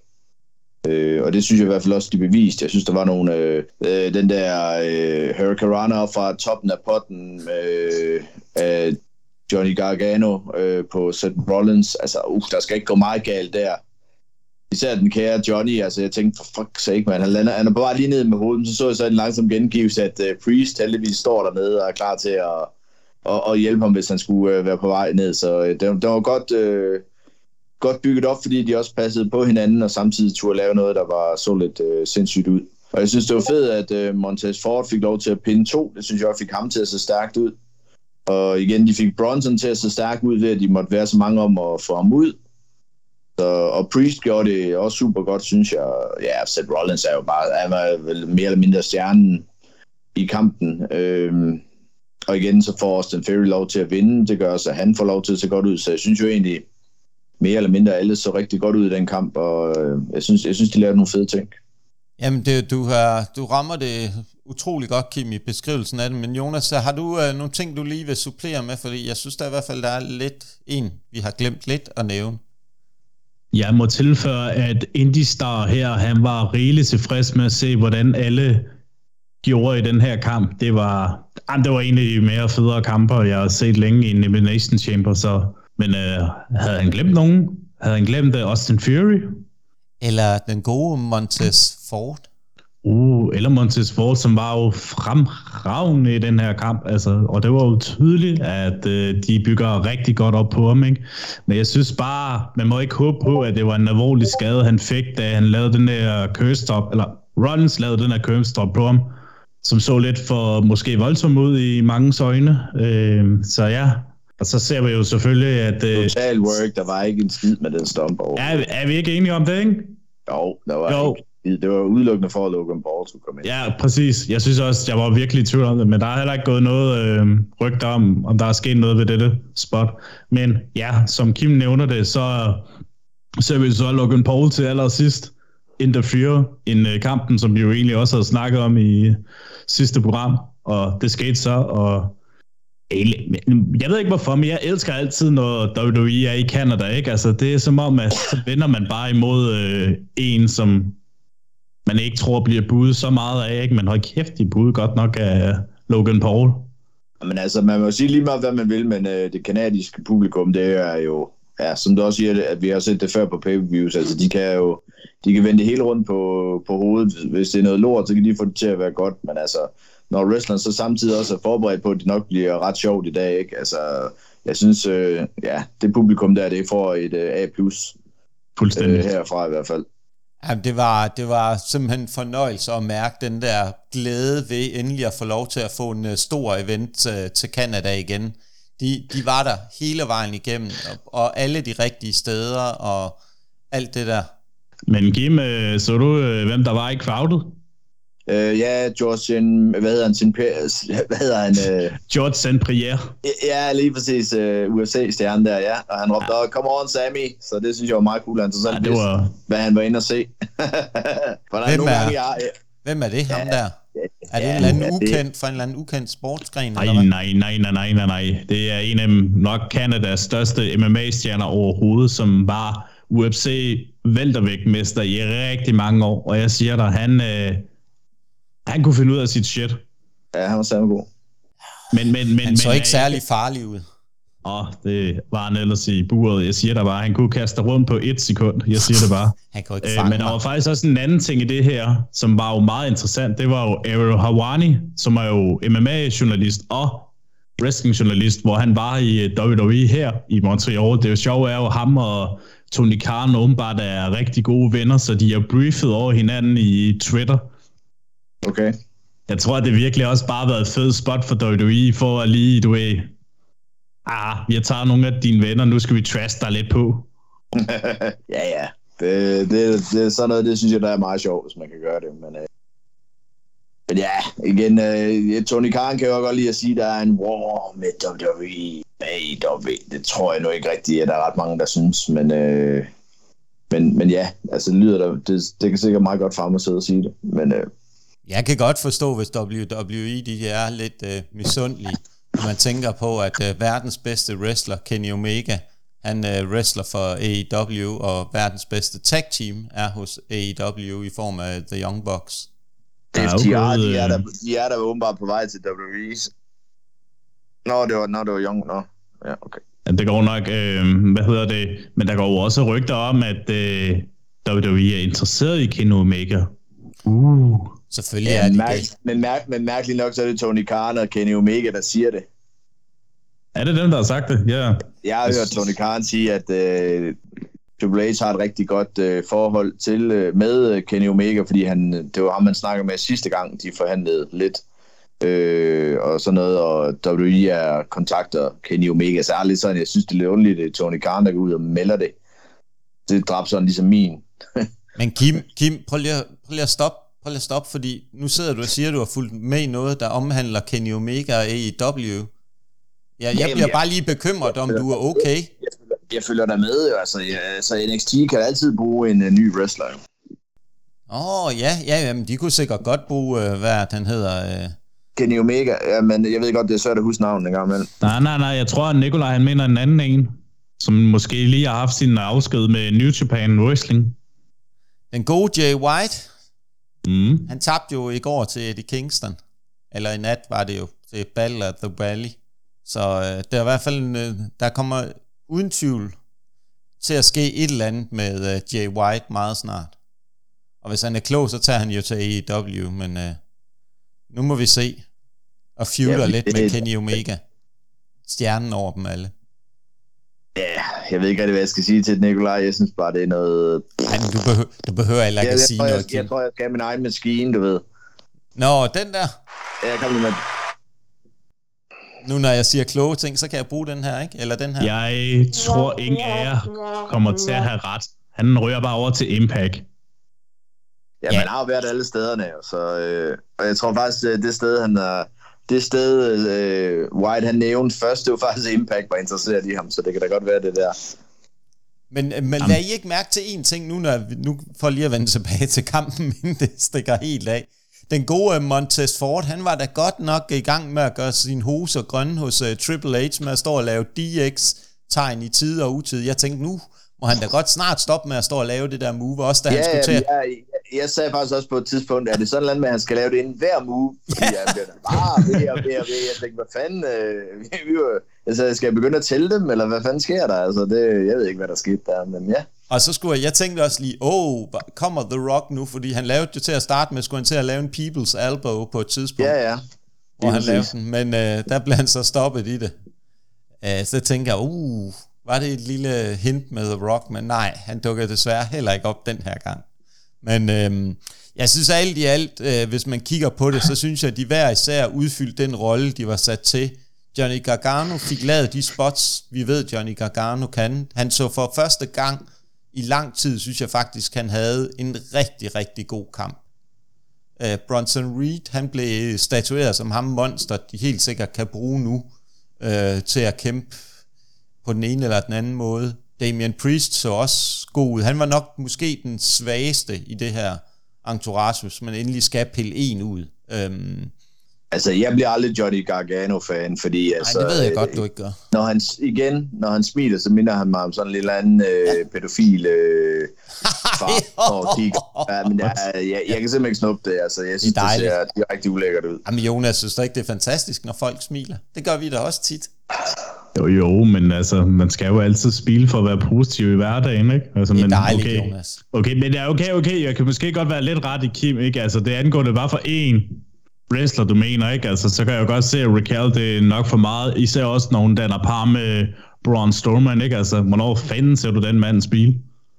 Øh, og det synes jeg i hvert fald også, de beviste. Jeg synes, der var nogle, øh, øh, den der øh, Hurricanrana fra toppen af potten øh, af Johnny Gargano øh, på Seth Rollins. Altså, uh, der skal ikke gå meget galt der. Især den kære Johnny, altså jeg tænkte, for fuck's sake, man, han, lander, han er bare lige ned med hovedet, så så jeg så en langsom gengivelse, at uh, Priest heldigvis står dernede og er klar til at, at, at hjælpe ham, hvis han skulle uh, være på vej ned. Så uh, det, det var godt, uh, godt bygget op, fordi de også passede på hinanden, og samtidig turde lave noget, der var så lidt uh, sindssygt ud. Og jeg synes, det var fedt, at uh, Montez Ford fik lov til at pinde to. Det synes jeg også fik ham til at se stærkt ud. Og igen, de fik Bronson til at se stærkt ud, ved at de måtte være så mange om at få ham ud. Så, og Priest gjorde det også super godt, synes jeg. Ja, Seth Rollins er jo bare, han var vel mere eller mindre stjernen i kampen. Øhm, og igen, så får Austin Theory lov til at vinde. Det gør også, at han får lov til at se godt ud. Så jeg synes jo egentlig, mere eller mindre alle så rigtig godt ud i den kamp. Og øh, jeg, synes, jeg synes, de lavede nogle fede ting. Jamen, det, du, har, du rammer det utrolig godt, Kim, i beskrivelsen af det. Men Jonas, har du øh, nogle ting, du lige vil supplere med? Fordi jeg synes, der i hvert fald der er lidt en, vi har glemt lidt at nævne. Jeg må tilføje, at Indie-Star her, han var rigeligt tilfreds med at se, hvordan alle gjorde i den her kamp. Det var, jamen, det var en af de mere federe kamper, jeg har set længe i en Elimination Chamber. Så, men øh, havde han glemt nogen? Havde han glemt uh, Austin Theory? Eller den gode Montez Ford? Uh, eller Montez Ford, som var jo fremragende i den her kamp, altså, og det var jo tydeligt, at øh, de bygger rigtig godt op på ham, ikke? Men jeg synes bare, man må ikke håbe på, at det var en alvorlig skade, han fik, da han lavede den der curve-stop, eller Rollins lavede den der curve-stop på ham, som så lidt for måske voldsomt ud i mange øjne, øh, så ja. Og så ser vi jo selvfølgelig, at... Øh, Total work, der var ikke en skid med den stomp over. Er, er vi ikke enige om det, ikke? Jo, der var jo. ikke. Det var udelukkende for, at Logan Paul skulle komme ind. Ja, præcis. Jeg synes også, jeg var virkelig i tvivl om det, men der er heller ikke gået noget øh, rygter om, om der er sket noget ved dette spot. Men ja, som Kim nævner det, så ser vi så Logan Paul til allersidst interfere en øh, kampen, som vi jo egentlig også havde snakket om i sidste program, og det skete så, og jeg ved ikke hvorfor, men jeg elsker altid, når W W E er i Canada, ikke? Altså, det er som om, at så vender man bare imod øh, en, som man ikke tror bliver budet så meget af, ikke? Men hold kæft, de budet godt nok af Logan Paul. Men altså, man må sige lige meget, hvad man vil, men øh, det kanadiske publikum, det er jo, ja, som du også siger, at vi har set det før på pay-per-views, altså de kan jo, de kan vende det hele rundt på, på hovedet. Hvis det er noget lort, så kan de få det til at være godt, men altså, når wrestleren så samtidig også er forberedt på, at det nok bliver ret sjovt i dag, ikke? Altså, jeg synes, øh, ja, det publikum der, det får et øh, A plus øh, herfra i hvert fald. Jamen, det var, det var simpelthen fornøjelse at mærke den der glæde ved endelig at få lov til at få en uh, stor event uh, til Canada igen. De, de var der hele vejen igennem, og, og alle de rigtige steder, og alt det der. Men Kim, øh, så du, øh, hvem der var i crowdet? Uh, ja, George, hvad hedder han? Sin, hvad hedder han? Uh... George Saint Pierre. Ja, lige præcis. Uh, U F C-stjernen der, ja. Og han råbte, ja. Come on, Sammy. Så det synes jeg var meget cool, han så selv ja, var... hvad han var inde og se. For der hvem, er, er, gange, jeg... hvem er det, ham ja, der? Er det en eller anden ukendt, for en eller anden ukendt sportsgren? Nej, eller hvad? nej, nej, nej, nej, nej, nej. Det er en af nok Canadas største M M A-stjerner overhovedet, som var U F C weltervægtmester i rigtig mange år. Og jeg siger dig, han, øh, han kunne finde ud af sit shit. Ja, han var sammen god. Men, men, men, Han så men, ikke særlig farlig ud. Åh, det var han ellers i buret. Jeg siger der bare, han kunne kaste rundt på et sekund. Jeg siger det bare. Han kan jo ikke øh, fange Men der mig. var faktisk også en anden ting i det her, som var jo meget interessant. Det var jo Ariel Helwani, som er jo M M A-journalist og wrestling-journalist, hvor han var i W W E her i Montreal. Det er jo sjovt, er jo ham og Tony Khan åbenbart er rigtig gode venner, så de har briefet over hinanden i Twitter. Okay. Jeg tror, at det virkelig også bare har været et fedt spot for W W E, for at lige, du ved, ah, vi tager nogle af dine venner, nu skal vi trash dig lidt på. ja, ja. Det, det, det er sådan noget, det synes jeg, der er meget sjovt, hvis man kan gøre det. Men, øh, men ja, igen, øh, Tony Khan kan jo godt lide at sige, at der er en war med W W E, A E W. Det tror jeg nu ikke rigtigt, at der er ret mange, der synes. Men, øh, men, men ja, altså det lyder der, det, det kan sikkert meget godt for ham at sidde og sige det. Men øh, Jeg kan godt forstå, hvis W W E de er lidt øh, misundelige, når man tænker på, at øh, verdens bedste wrestler, Kenny Omega, han øh, wrestler for A E W, og verdens bedste tag team er hos A E W i form af The Young Bucks. F T R, de er der, de er der åbenbart på vej til W W E. Nå, det var, nå, det var Young, nå. Ja, okay. Ja, det går nok, øh, hvad hedder det, men der går jo også rygter om, at øh, W W E er interesseret i Kenny Omega. Uh. Selvfølgelig ja, er de mærke, det. Men, mærke, men mærkeligt nok, så er det Tony Khan og Kenny Omega, der siger det. Er det dem, der har sagt det? Ja. Yeah. Jeg har hørt Tony Khan sige, at øh, Triple H har et rigtig godt øh, forhold til øh, med øh, Kenny Omega, fordi han, det var ham, man snakkede med sidste gang, de forhandlede lidt. Øh, og sådan noget, og W W E er kontakter Kenny Omega, så er lidt sådan, jeg synes, det er lidt underligt, at Tony Khan, der går ud og melder det. Det dræber sådan ligesom min. Men Kim, Kim prøv, lige at, prøv lige at stoppe, prøv lige at stoppe, fordi nu sidder du og siger, at du har fulgt med i noget, der omhandler Kenny Omega og A E W. Ja, jeg bliver bare lige bekymret, om du er okay. Jeg, jeg følger dig med, jo. Altså, ja, så N X T kan altid bruge en uh, ny wrestler. Åh, oh, ja, ja, jamen, de kunne sikkert godt bruge, uh, hvad han hedder... Uh... Kenny Omega, ja, men jeg ved godt, det er svært at huske navnet en gang imellem. Nej, nej, nej, jeg tror, at Nikolaj, han mener en anden en, som måske lige har haft sin afsked med New Japan Wrestling. Den gode Jay White, mm. han tabte jo i går til Eddie Kingston. Eller i nat var det jo til Battle at the Valley. Så uh, der er i hvert fald en, uh, der kommer uden tvivl til at ske et eller andet med uh, Jay White meget snart. Og hvis han er klog, så tager han jo til A E W, men uh, nu må vi se. Og feuder ja, lidt det, med Kenny Omega. Stjernen over dem alle. Ja, jeg ved ikke rigtig, hvad jeg skal sige til Nikolaj. Jeg synes bare, det er noget... Ej, men du, behøver, du behøver heller ikke ja, at jeg sige tror, noget, jeg, Kim. Jeg tror, jeg skal have min egen maskine, du ved. Nå, den der. Ja, kom lige med. Nu når jeg siger kloge ting, så kan jeg bruge den her, ikke? Eller den her. Jeg tror, ingen af jer kommer til at have ret. Han rører bare over til Impact. Ja, ja. Man har jo været alle stederne, så, øh, og jeg tror faktisk, det sted, han er, det sted, øh, White han nævnte først, det var faktisk Impact, var interesseret i ham, så det kan da godt være det der. Men, men lad I ikke mærke til en ting nu, når nu får lige at vende tilbage til kampen, inden det stikker helt af. Den gode Montez Ford, han var da godt nok i gang med at gøre sin hoser grønne hos uh, Triple H, med at stå og lave D X-tegn i tid og utid. Jeg tænkte, nu må han da godt snart stoppe med at stå og lave det der move, også da ja, han skulle til. Ja, jeg, jeg sagde faktisk også på et tidspunkt, at det sådan noget med, at han skal lave det inden hver move. Fordi han bliver bare ved og ved og ved. Jeg tænkte, hvad fanden, øh, vi var, altså, skal jeg begynde at tælle dem, eller hvad fanden sker der? Altså, det, jeg ved ikke, hvad der skete der, men ja. Og så skulle jeg, jeg tænkte også lige, åh, oh, kommer The Rock nu, fordi han lavede jo til at starte med, skulle han til at lave en People's Elbow på et tidspunkt. Ja, ja. Hvor han lavede den, men øh, der blev han så stoppet i det. Øh, så tænker jeg, uh, var det et lille hint med The Rock, men nej, han dukkede desværre heller ikke op den her gang. Men øh, jeg synes alt i alt, øh, hvis man kigger på det, så synes jeg, at de hver især udfyldte den rolle, de var sat til. Johnny Gargano fik lavet de spots, vi ved, Johnny Gargano kan. Han så for første gang i lang tid, synes jeg faktisk, han havde en rigtig, rigtig god kamp. Uh, Bronson Reed, han blev statueret som ham monster, de helt sikkert kan bruge nu, uh, til at kæmpe på den ene eller den anden måde. Damian Priest så også god ud. Han var nok måske den svageste i det her entourage, hvis man endelig skal pille en ud Øhm, Altså, jeg bliver aldrig Johnny Gargano-fan, fordi... Altså, nej, det ved jeg godt, du ikke gør. Når han, igen, når han smiler, så minder han mig om sådan en lille anden øh, pædofil øh, far. Og ja, men jeg, jeg, jeg kan simpelthen ikke snuppe det. Altså, jeg synes, det, det ser direkte ulækkert ud. Jamen Jonas, synes du ikke, det er fantastisk, når folk smiler? Det gør vi da også tit. Jo, jo, men altså, man skal jo altid spille for at være positiv i hverdagen, ikke? Altså, det er men, dejligt, okay, Jonas. Okay, men det er okay, okay. Jeg kan måske godt være lidt ret i Kim, ikke? Altså, det angår det bare for én wrestler, du mener, ikke? Altså, så kan jeg jo godt se, at Raquel, det er nok for meget. Især også, når hun danner par med Braun Strowman, ikke? Altså, hvornår fanden ser du den mand spille?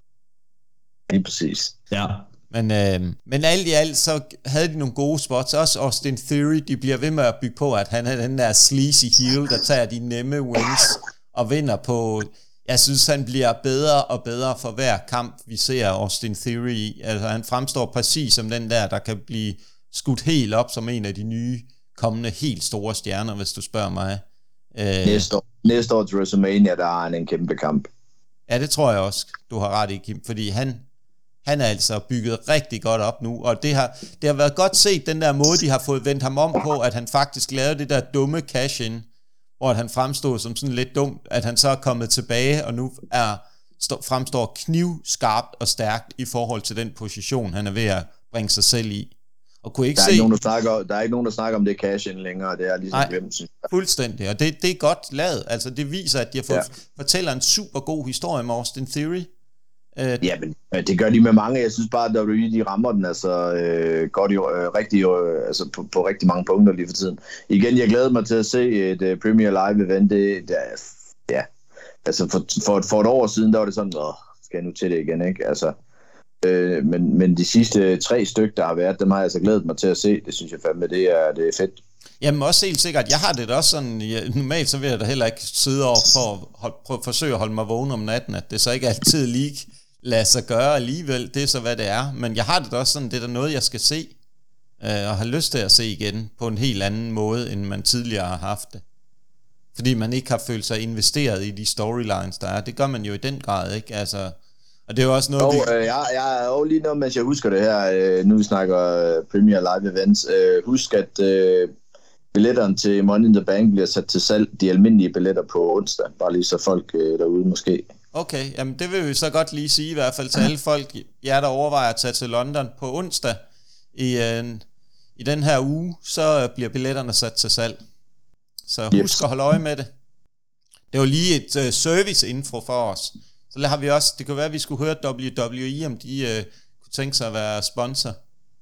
Lige præcis. Ja. Men, øh, men alt i alt, så havde de nogle gode spots. Også Austin Theory, de bliver ved med at bygge på, at han er den der sleazy heel, der tager de nemme wins og vinder på... Jeg synes, han bliver bedre og bedre for hver kamp, vi ser Austin Theory i. Altså, han fremstår præcis som den der, der kan blive skudt helt op som en af de nye, kommende helt store stjerner, hvis du spørger mig. Øh, næste, år, næste år til WrestleMania, der har han en kæmpe kamp. Ja, det tror jeg også, du har ret i, Kim, fordi han... Han er altså bygget rigtig godt op nu, og det har, det har været godt set, den der måde, de har fået vendt ham om på, at han faktisk lavede det der dumme cash-in, hvor han fremstod som sådan lidt dumt, at han så er kommet tilbage, og nu er, stå, fremstår knivskarpt og stærkt i forhold til den position, han er ved at bringe sig selv i. Og kunne ikke der, er se... ikke nogen, der, snakker, der er ikke nogen, der snakker om det cash-in længere, det er ligesom glemt. Fuldstændig, og det, det er godt lavet. Altså, det viser, at de har fået, ja. fortæller en super god historie med Austin Theory. Ja, men det gør de med mange. Jeg synes bare, at W W E, de rammer den altså øh, godt jo, øh, rigtig, øh, altså på, på rigtig mange punkter lige for tiden. Igen, jeg glæder mig til at se et uh, Premier Live event. Det, det er, ja, altså for, for, for et år siden, der var det sådan, åh, skal jeg nu til det igen, ikke? Altså, øh, men, men de sidste tre stykker, der har været, dem har jeg altså glædet mig til at se. Det synes jeg fandme, det er, det er fedt. Jamen også helt sikkert. Jeg har det da også sådan, jeg, normalt så vil jeg da heller ikke sidde over for at hold, prøve at forsøge at holde mig vågen om natten, at det så ikke altid lige lade sig gøre alligevel, det er så hvad det er, men jeg har det da også sådan, det er da noget jeg skal se, øh, og har lyst til at se igen, på en helt anden måde, end man tidligere har haft det. Fordi man ikke har følt sig investeret i de storylines, der er. Det gør man jo i den grad, ikke? Altså, og det er jo også noget, og, vi... øh, jeg, jeg er jo lige nu, mens jeg husker det her, øh, nu vi snakker øh, Premier Live Events, øh, husk at øh, billetterne til Money in the Bank bliver sat til salg, de almindelige billetter på onsdag, bare lige så folk øh, derude måske. Okay, jamen det vil vi så godt lige sige, i hvert fald til alle folk, jer der overvejer at tage til London på onsdag i, øh, i den her uge, så bliver billetterne sat til salg. Så husk yes. at holde øje med det. Det var lige et uh, service-info for os. Så har vi også, det kan være, at vi skulle høre W W E, om de uh, kunne tænke sig at være sponsor,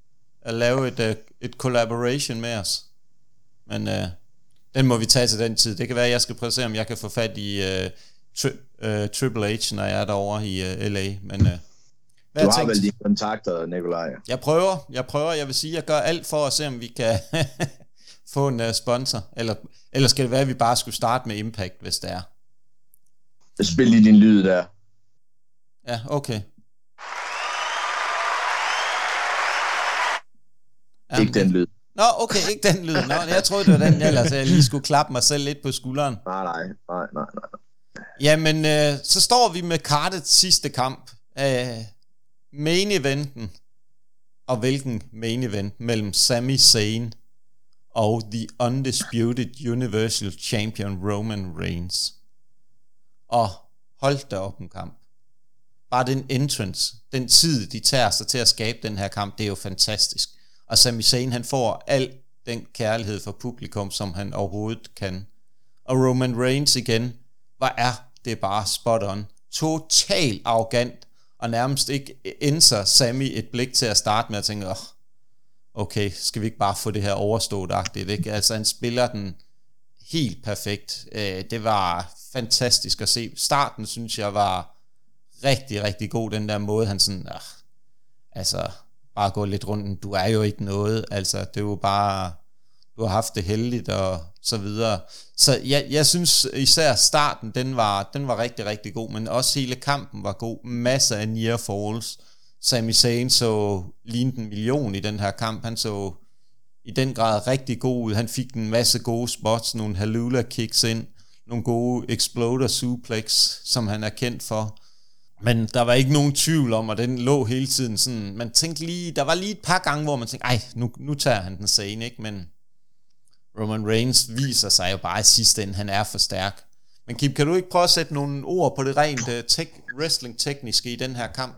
at lave et, uh, et collaboration med os. Men uh, den må vi tage til den tid. Det kan være, at jeg skal prøve at se, om jeg kan få fat i... Uh, Tri- uh, Triple H, når jeg er derovre i uh, L A, men uh, hvad du har vel dine kontakter, Nikolaj? Jeg prøver, jeg prøver, jeg vil sige, jeg gør alt for at se, om vi kan få en uh, sponsor, eller, eller skal det være, at vi bare skulle starte med Impact, hvis det er. Spil lige din lyd der. Ja, okay. Jamen, ikke den lyd. Nå, okay, ikke den lyd. Nå, jeg troede, det var den, ellers jeg lige skulle klappe mig selv lidt på skulderen. Nej, nej, nej, nej, nej. Jamen, øh, så står vi med kartets sidste kamp. Øh, main eventen. Og hvilken main event? Mellem Sami Zayn og The Undisputed Universal Champion Roman Reigns. Og hold da op en kamp. Bare den entrance, den tid, de tager sig til at skabe den her kamp, det er jo fantastisk. Og Sami Zayn, han får al den kærlighed fra publikum, som han overhovedet kan. Og Roman Reigns igen, hvor er det bare spot on. Total arrogant, og nærmest ikke indser Sami et blik til at starte med at tænke, oh, okay, skal vi ikke bare få det her overstået-agtigt, ikke? Altså, han spiller den helt perfekt. Det var fantastisk at se. Starten, synes jeg, var rigtig, rigtig god, den der måde, han sådan, ah, altså, bare gå lidt rundt, du er jo ikke noget, altså, det er jo bare, du har haft det heldigt, og så videre. Så jeg, jeg synes især starten, den var, den var rigtig, rigtig god, men også hele kampen var god. Masser af near falls. Sami Zayn så lignede en million i den her kamp. Han så i den grad rigtig god ud. Han fik en masse gode spots, nogle halula kicks ind, nogle gode exploder suplex, som han er kendt for. Men der var ikke nogen tvivl om, og den lå hele tiden sådan, man tænkte lige, der var lige et par gange, hvor man tænkte, ej, nu, nu tager han den scene, ikke? Men Roman Reigns viser sig jo bare i sidste ende, han er for stærk. Men Kim, kan du ikke prøve at sætte nogle ord på det rent uh, tek- wrestling-tekniske i den her kamp?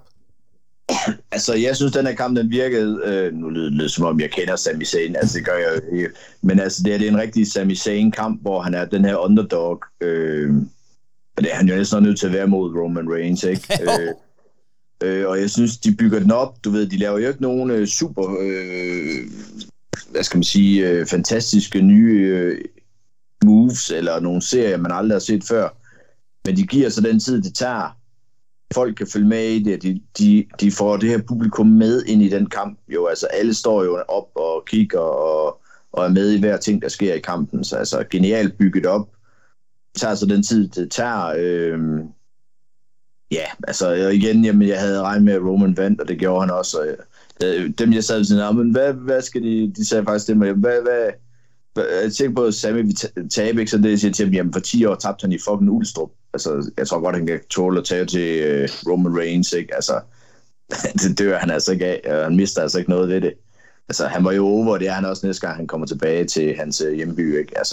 Altså, jeg synes, den her kamp, den virkede, øh, nu lyder det som om, jeg kender Sami Zayn, altså det gør jeg jo ikke, men altså, det er, det er en rigtig Sami Zayn-kamp, hvor han er den her underdog, øh, og det er han jo næsten nødt til at være mod Roman Reigns, ikke? øh, øh, og jeg synes, de bygger den op, du ved, de laver jo ikke nogen øh, super, øh, hvad skal man sige, øh, fantastiske nye øh, moves, eller nogle serier, man aldrig har set før, men de giver så den tid, det tager. Folk kan følge med i det, de, de, de får det her publikum med ind i den kamp. Jo, altså alle står jo op og kigger og, og er med i hver ting, der sker i kampen. Så altså genialt bygget op. Det tager så den tid, det tager. Øhm, ja, altså igen, jamen, jeg havde regnet med, at Roman vandt, og det gjorde han også. Og, øh, dem, jeg sad ved sådan, men hvad, hvad skal de, de sagde faktisk det med, hvad, hvad, jeg tænker på, at Sami vil tabe, ikke? Så det siger til dem, jamen for ti år tabte han i fucking Ulstrup. Altså, jeg tror godt, han kan tåle at tage til uh, Roman Reigns, ikke? Altså, det dør han altså ikke af, og han mister altså ikke noget ved det. Altså, han var jo over, det er han også næste gang, han kommer tilbage til hans uh, hjemby, ikke? Altså,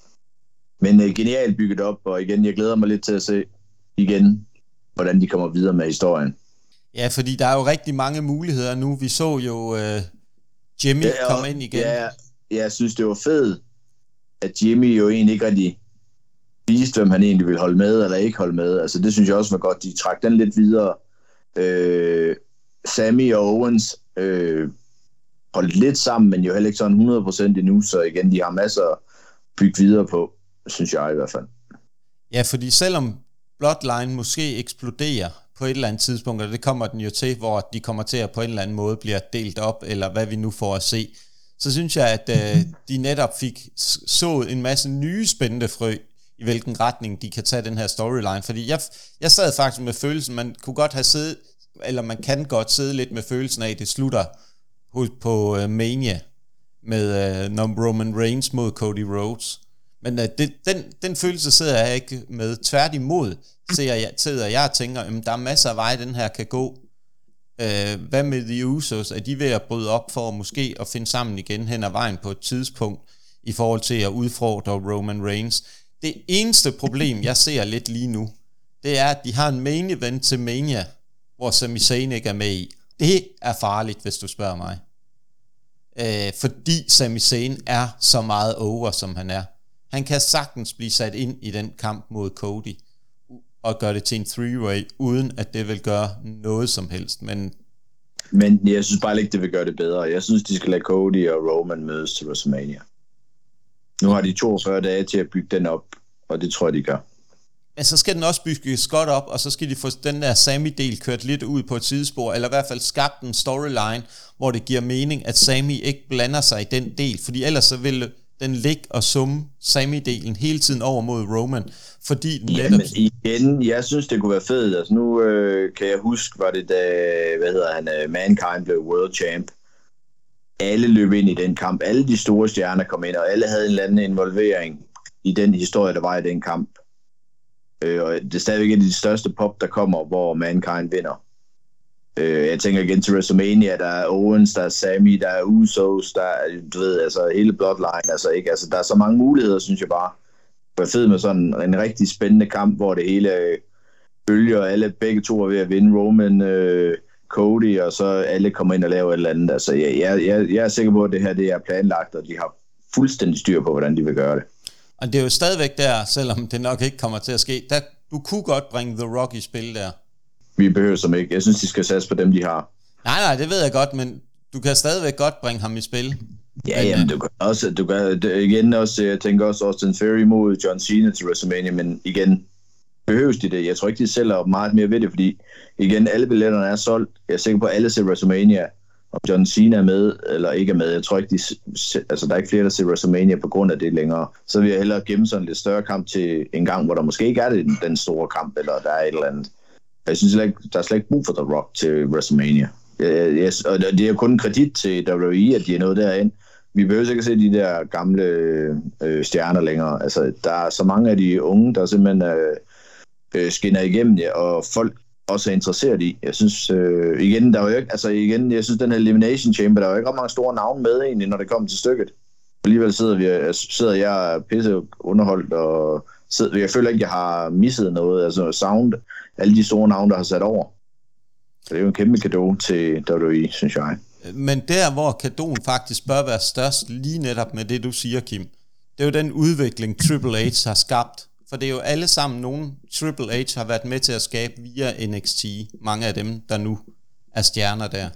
men uh, genialt bygget op, og igen, jeg glæder mig lidt til at se igen, hvordan de kommer videre med historien. Ja, fordi der er jo rigtig mange muligheder nu. Vi så jo uh, Jimmy ja, komme ind igen. Ja, jeg synes, det var fedt, at Jimmy jo egentlig ikke rigtig viste, hvem han egentlig ville holde med, eller ikke holde med. Altså, det synes jeg også var godt. De trak den lidt videre. Øh, Sami og Owens øh, holdt lidt sammen, men jo heller ikke sådan hundrede procent endnu, så igen, de har masser at bygge videre på, synes jeg i hvert fald. Ja, fordi selvom Bloodline måske eksploderer på et eller andet tidspunkt, og det kommer den jo til, hvor de kommer til at på en eller anden måde bliver delt op, eller hvad vi nu får at se, så synes jeg, at øh, de netop fik sået en masse nye spændende frø, i hvilken retning de kan tage den her storyline. Fordi jeg, jeg sad faktisk med følelsen, man kunne godt have siddet, eller man kan godt sidde lidt med følelsen af, at det slutter på uh, Mania, med uh, Roman Reigns mod Cody Rhodes. Men uh, det, den, den følelse sidder jeg ikke med. Tværtimod sidder jeg, sidder jeg og tænker, at der er masser af veje, den her kan gå. Uh, hvad med The Usos? Er de ved at bryde op for måske at finde sammen igen hen ad vejen på et tidspunkt, i forhold til at udfordre Roman Reigns? Det eneste problem, jeg ser lidt lige nu, det er, at de har en main event til Mania, hvor Sami Zayn ikke er med i. Det er farligt, hvis du spørger mig. Øh, fordi Sami Zayn er så meget over, som han er. Han kan sagtens blive sat ind i den kamp mod Cody, og gøre det til en three-way, uden at det vil gøre noget som helst. Men, Men jeg synes bare ikke, det vil gøre det bedre. Jeg synes, de skal lade Cody og Roman mødes til WrestleMania. Nu har de toogfyrre dage til at bygge den op, og det tror jeg, de gør. Men så skal den også bygges godt op, og så skal de få den der Sami-del kørt lidt ud på et sidespor, eller i hvert fald skabt en storyline, hvor det giver mening, at Sami ikke blander sig i den del, fordi ellers så vil den ligge og summe Sami-delen hele tiden over mod Roman, fordi den netop... Jamen igen, jeg synes, det kunne være fedt. Altså nu øh, kan jeg huske, var det da, hvad hedder han, uh, Mankind blev World Champ. Alle løb ind i den kamp. Alle de store stjerner kom ind, og alle havde en eller anden involvering i den historie, der var i den kamp. Øh, og det er stadigvæk et af de største pop, der kommer, hvor Mankind vinder. Øh, jeg tænker igen til WrestleMania, der er Owens, der er Sami, der er Usos, der er, du ved, altså hele Bloodline, altså ikke, altså der er så mange muligheder, synes jeg bare. Det er fedt med sådan en rigtig spændende kamp, hvor det hele bølger, og alle begge to er ved at vinde. Roman, øh, Cody, og så alle kommer ind og laver et eller andet. Altså, jeg, jeg, jeg er sikker på, at det her det er planlagt, og de har fuldstændig styr på, hvordan de vil gøre det. Og det er jo stadigvæk der, selvom det nok ikke kommer til at ske, der, du kunne godt bringe The Rock i spil der. Vi behøver som ikke. Jeg synes, de skal satse på dem, de har. Nej, nej, det ved jeg godt, men du kan stadigvæk godt bringe ham i spil. Ja, men, jamen, du kan også, du kan, igen også, jeg tænker også Austin Theory mod John Cena til WrestleMania, men igen, behøves de det? Jeg tror ikke, de sælger meget mere ved det, fordi igen, alle billetterne er solgt. Jeg er sikker på, at alle ser WrestleMania, om John Cena er med eller ikke er med. Jeg tror ikke, de, altså, der er ikke flere, der ser WrestleMania på grund af det længere. Så vil jeg hellere gemme sådan en lidt større kamp til en gang, hvor der måske ikke er det, den store kamp, eller der er et eller andet. Jeg synes ikke, der er slet ikke brug for The Rock til WrestleMania. Jeg, jeg, og det er jo kun en kredit til W W E, at de er nået derind. Vi behøver ikke at se de der gamle øh, stjerner længere. Altså, der er så mange af de unge, der simpelthen øh, skinner igennem, ja, og folk også er interesseret i. Jeg synes, øh, igen, der er jo ikke, altså igen, jeg synes, den her Elimination Chamber, der er jo ikke ret mange store navne med egentlig, når det kommer til stykket. Alligevel sidder, vi, sidder jeg pisse underholdt, og sidder, jeg føler ikke, jeg har misset noget, altså sound, alle de store navne, der har sat over. Så det er jo en kæmpe cadeau til W W E, synes jeg. Men der, hvor cadeauen faktisk bør være størst, lige netop med det, du siger, Kim, det er jo den udvikling, Triple H har skabt. For det er jo alle sammen nogen, Triple H har været med til at skabe via N X T. Mange af dem, der nu er stjerner der.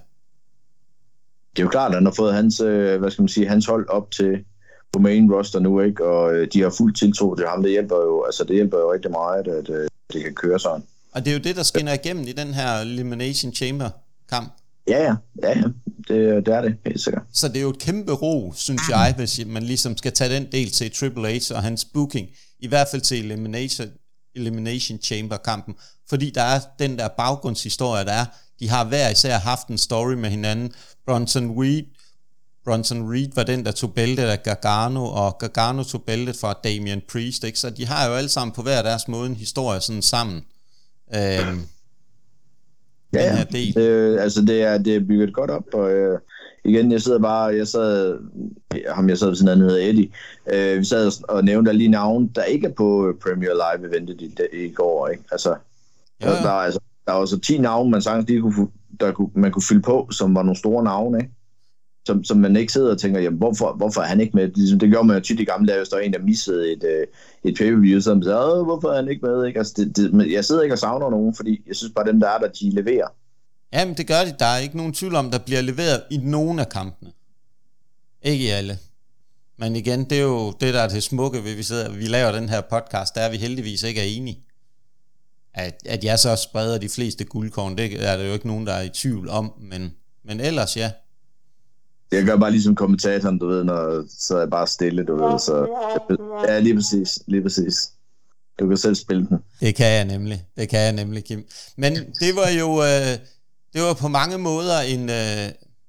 Det er jo klart, at han har fået hans, hvad skal man sige, hans hold op til på main roster nu, ikke? Og de har fuld tiltro til ham. Det hjælper jo, altså det hjælper jo rigtig meget, at det kan køre sådan. Og det er jo det, der skinner igennem i den her Elimination Chamber kamp. Ja, ja, ja, ja. Det, det er det, helt sikkert. Så det er jo et kæmpe ro, synes jeg, hvis man ligesom skal tage den del til Triple H og hans booking, i hvert fald til Elimination, Elimination Chamber-kampen, fordi der er den der baggrundshistorie, der er. De har hver især haft en story med hinanden. Bronson Reed, Bronson Reed var den, der tog bæltet af Gargano, og Gargano tog bæltet fra Damian Priest, ikke? Så de har jo alle sammen på hver deres måde en historie sådan sammen. Øhm, ja, ja. Det, altså det er, det er bygget godt op, og øh, igen, jeg sidder bare, jeg sad, ham jeg sad ved sådan noget, hedder Eddie, øh, vi sad og nævnte lige navn, der ikke er på Premier Live eventet i, i går, ikke? Altså, ja, ja. Der, der, er, altså, der er også ti navne, man sagtens lige kunne, der kunne, man kunne fylde på, som var nogle store navne, ikke? Som, som man ikke sidder og tænker, jamen, hvorfor, hvorfor er han ikke med? Det, det gjorde man jo tit i gamle dage, hvis der var en, der missede et, et pay-per-view, så man siger, hvorfor er han ikke med? Ikke? Altså, det, det, jeg sidder ikke og savner nogen, fordi jeg synes bare, dem der er der, de leverer. Jamen, det gør de. Der er ikke nogen tvivl om, der bliver leveret i nogen af kampene. Ikke i alle. Men igen, det er jo det, der er det smukke ved, vi sidder, vi laver den her podcast, der er vi heldigvis ikke er enige. At, at jeg så spreder de fleste guldkorn, det er der jo ikke nogen, der er i tvivl om, men, men ellers ja. Jeg gør bare ligesom kommentatoren, du ved, når så er jeg bare stille, du ved, så ja, lige præcis, lige præcis. Du kan selv spille den. Det kan jeg nemlig, det kan jeg nemlig, Kim. Men det var jo, øh, det var på mange måder en, øh,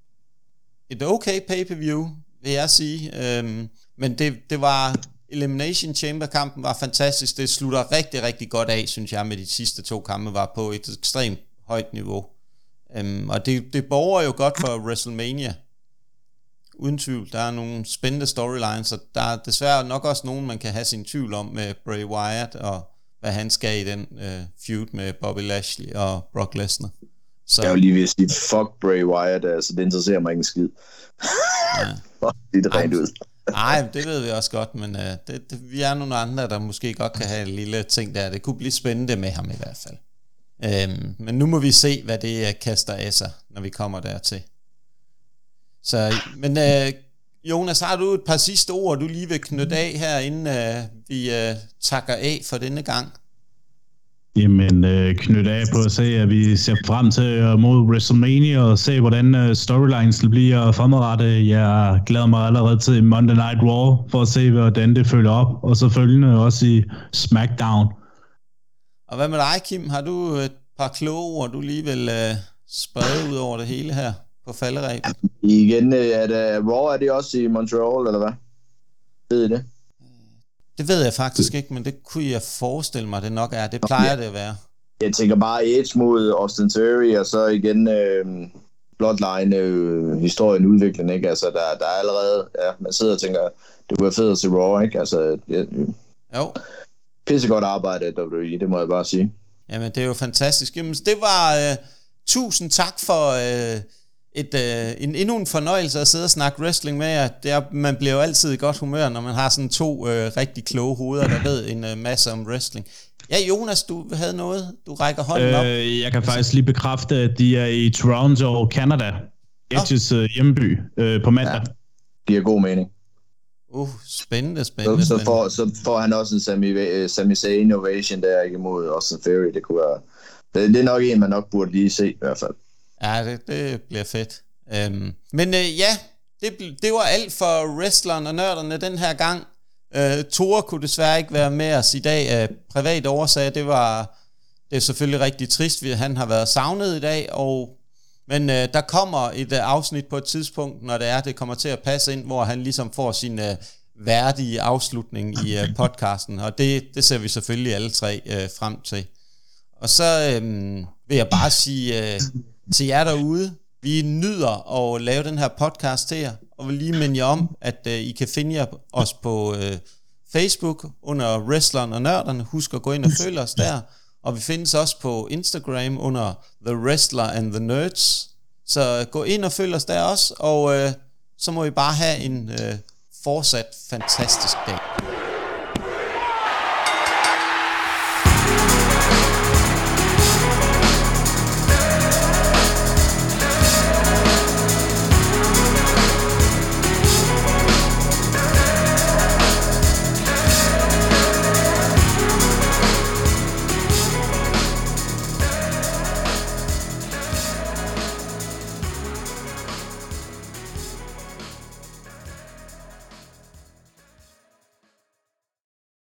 et okay pay-per-view, vil jeg sige. Øhm, men det, det var, Elimination Chamber-kampen var fantastisk. Det slutter rigtig, rigtig godt af, synes jeg, med de sidste to kampe var på et ekstremt højt niveau. Øhm, og det, det borger jo godt for WrestleMania. Uden tvivl. Der er nogle spændende storylines, og der er desværre nok også nogen, man kan have sin tvivl om med Bray Wyatt, og hvad han skal i den øh, feud med Bobby Lashley og Brock Lesnar. Så. Jeg er jo lige ved at sige, fuck Bray Wyatt, altså det interesserer mig ikke en skid. Ja. Det er rent ud. Nej, det ved vi også godt, men øh, det, det, vi er nogle andre, der måske godt kan have en lille ting der. Det kunne blive spændende med ham i hvert fald. Øhm, men nu må vi se, hvad det uh, kaster af sig, når vi kommer dertil. Så, men øh, Jonas, har du et par sidste ord, du lige vil knytte af her, inden øh, vi øh, takker af for denne gang? Jamen, øh, knytte af på at se, at vi ser frem til uh, mod WrestleMania og se, hvordan uh, storylines bliver fremadrettet. Jeg glæder mig allerede til Monday Night Raw for at se, hvordan det følger op, og selvfølgelig også i SmackDown. Og hvad med dig, Kim? Har du et par kloge ord, du lige vil øh, sprede ud over det hele her på falderæbet? Ja, igen, er det, hvor er det også i Montreal, eller hvad? Ved I det? Det ved jeg faktisk ikke, men det kunne jeg forestille mig, det nok er. Det plejer ja. det at være. Jeg tænker bare Edge mod Austin Theory, og så igen øh, Bloodline, øh, historien, udvikling, ikke? Altså, der, der er allerede, ja, man sidder og tænker, det kunne være fedt at se Raw, ikke? Altså, ja, jo. Pissegodt arbejde af W W E, det må jeg bare sige. Jamen, det er jo fantastisk. Jamen, det var, øh, tusind tak for øh, et, øh, en, endnu en fornøjelse at sidde og snakke wrestling med jer. Det er, man bliver jo altid i godt humør, når man har sådan to øh, rigtig kloge hoveder, der ved en øh, masse om wrestling. Ja, Jonas, du havde noget. Du rækker hånden op. Øh, jeg kan faktisk lige bekræfte, at de er i Toronto, Canada. Edges øh, hjemby øh, på mandag. Ja, det giver god mening. Uh, spændende, spændende, så, så, får, så får han også en Sami, Sami Zayn innovation der, ikke mod Austin Theory. Det kunne være, det, det er nok en, man nok burde lige se i hvert fald. Ja, det, det bliver fedt. Um, men uh, ja, det, det var alt for wrestleren og nørderne den her gang. Uh, Tore kunne desværre ikke være med os i dag af private årsager. Det var det er selvfølgelig rigtig trist, at han har været savnet i dag, og men øh, der kommer et øh, afsnit på et tidspunkt, når det er, det kommer til at passe ind, hvor han ligesom får sin øh, værdige afslutning i øh, podcasten, og det, det ser vi selvfølgelig alle tre øh, frem til. Og så øh, vil jeg bare sige øh, til jer derude, vi nyder at lave den her podcast til jer, og vil lige minde jer om, at øh, I kan finde jer os på øh, Facebook under Wrestleren og Nørderne. Husk at gå ind og følge os der. Og vi findes også på Instagram under The Wrestler and the Nerds. Så gå ind og følg os der også, og øh, så må I bare have en øh, fortsat fantastisk dag.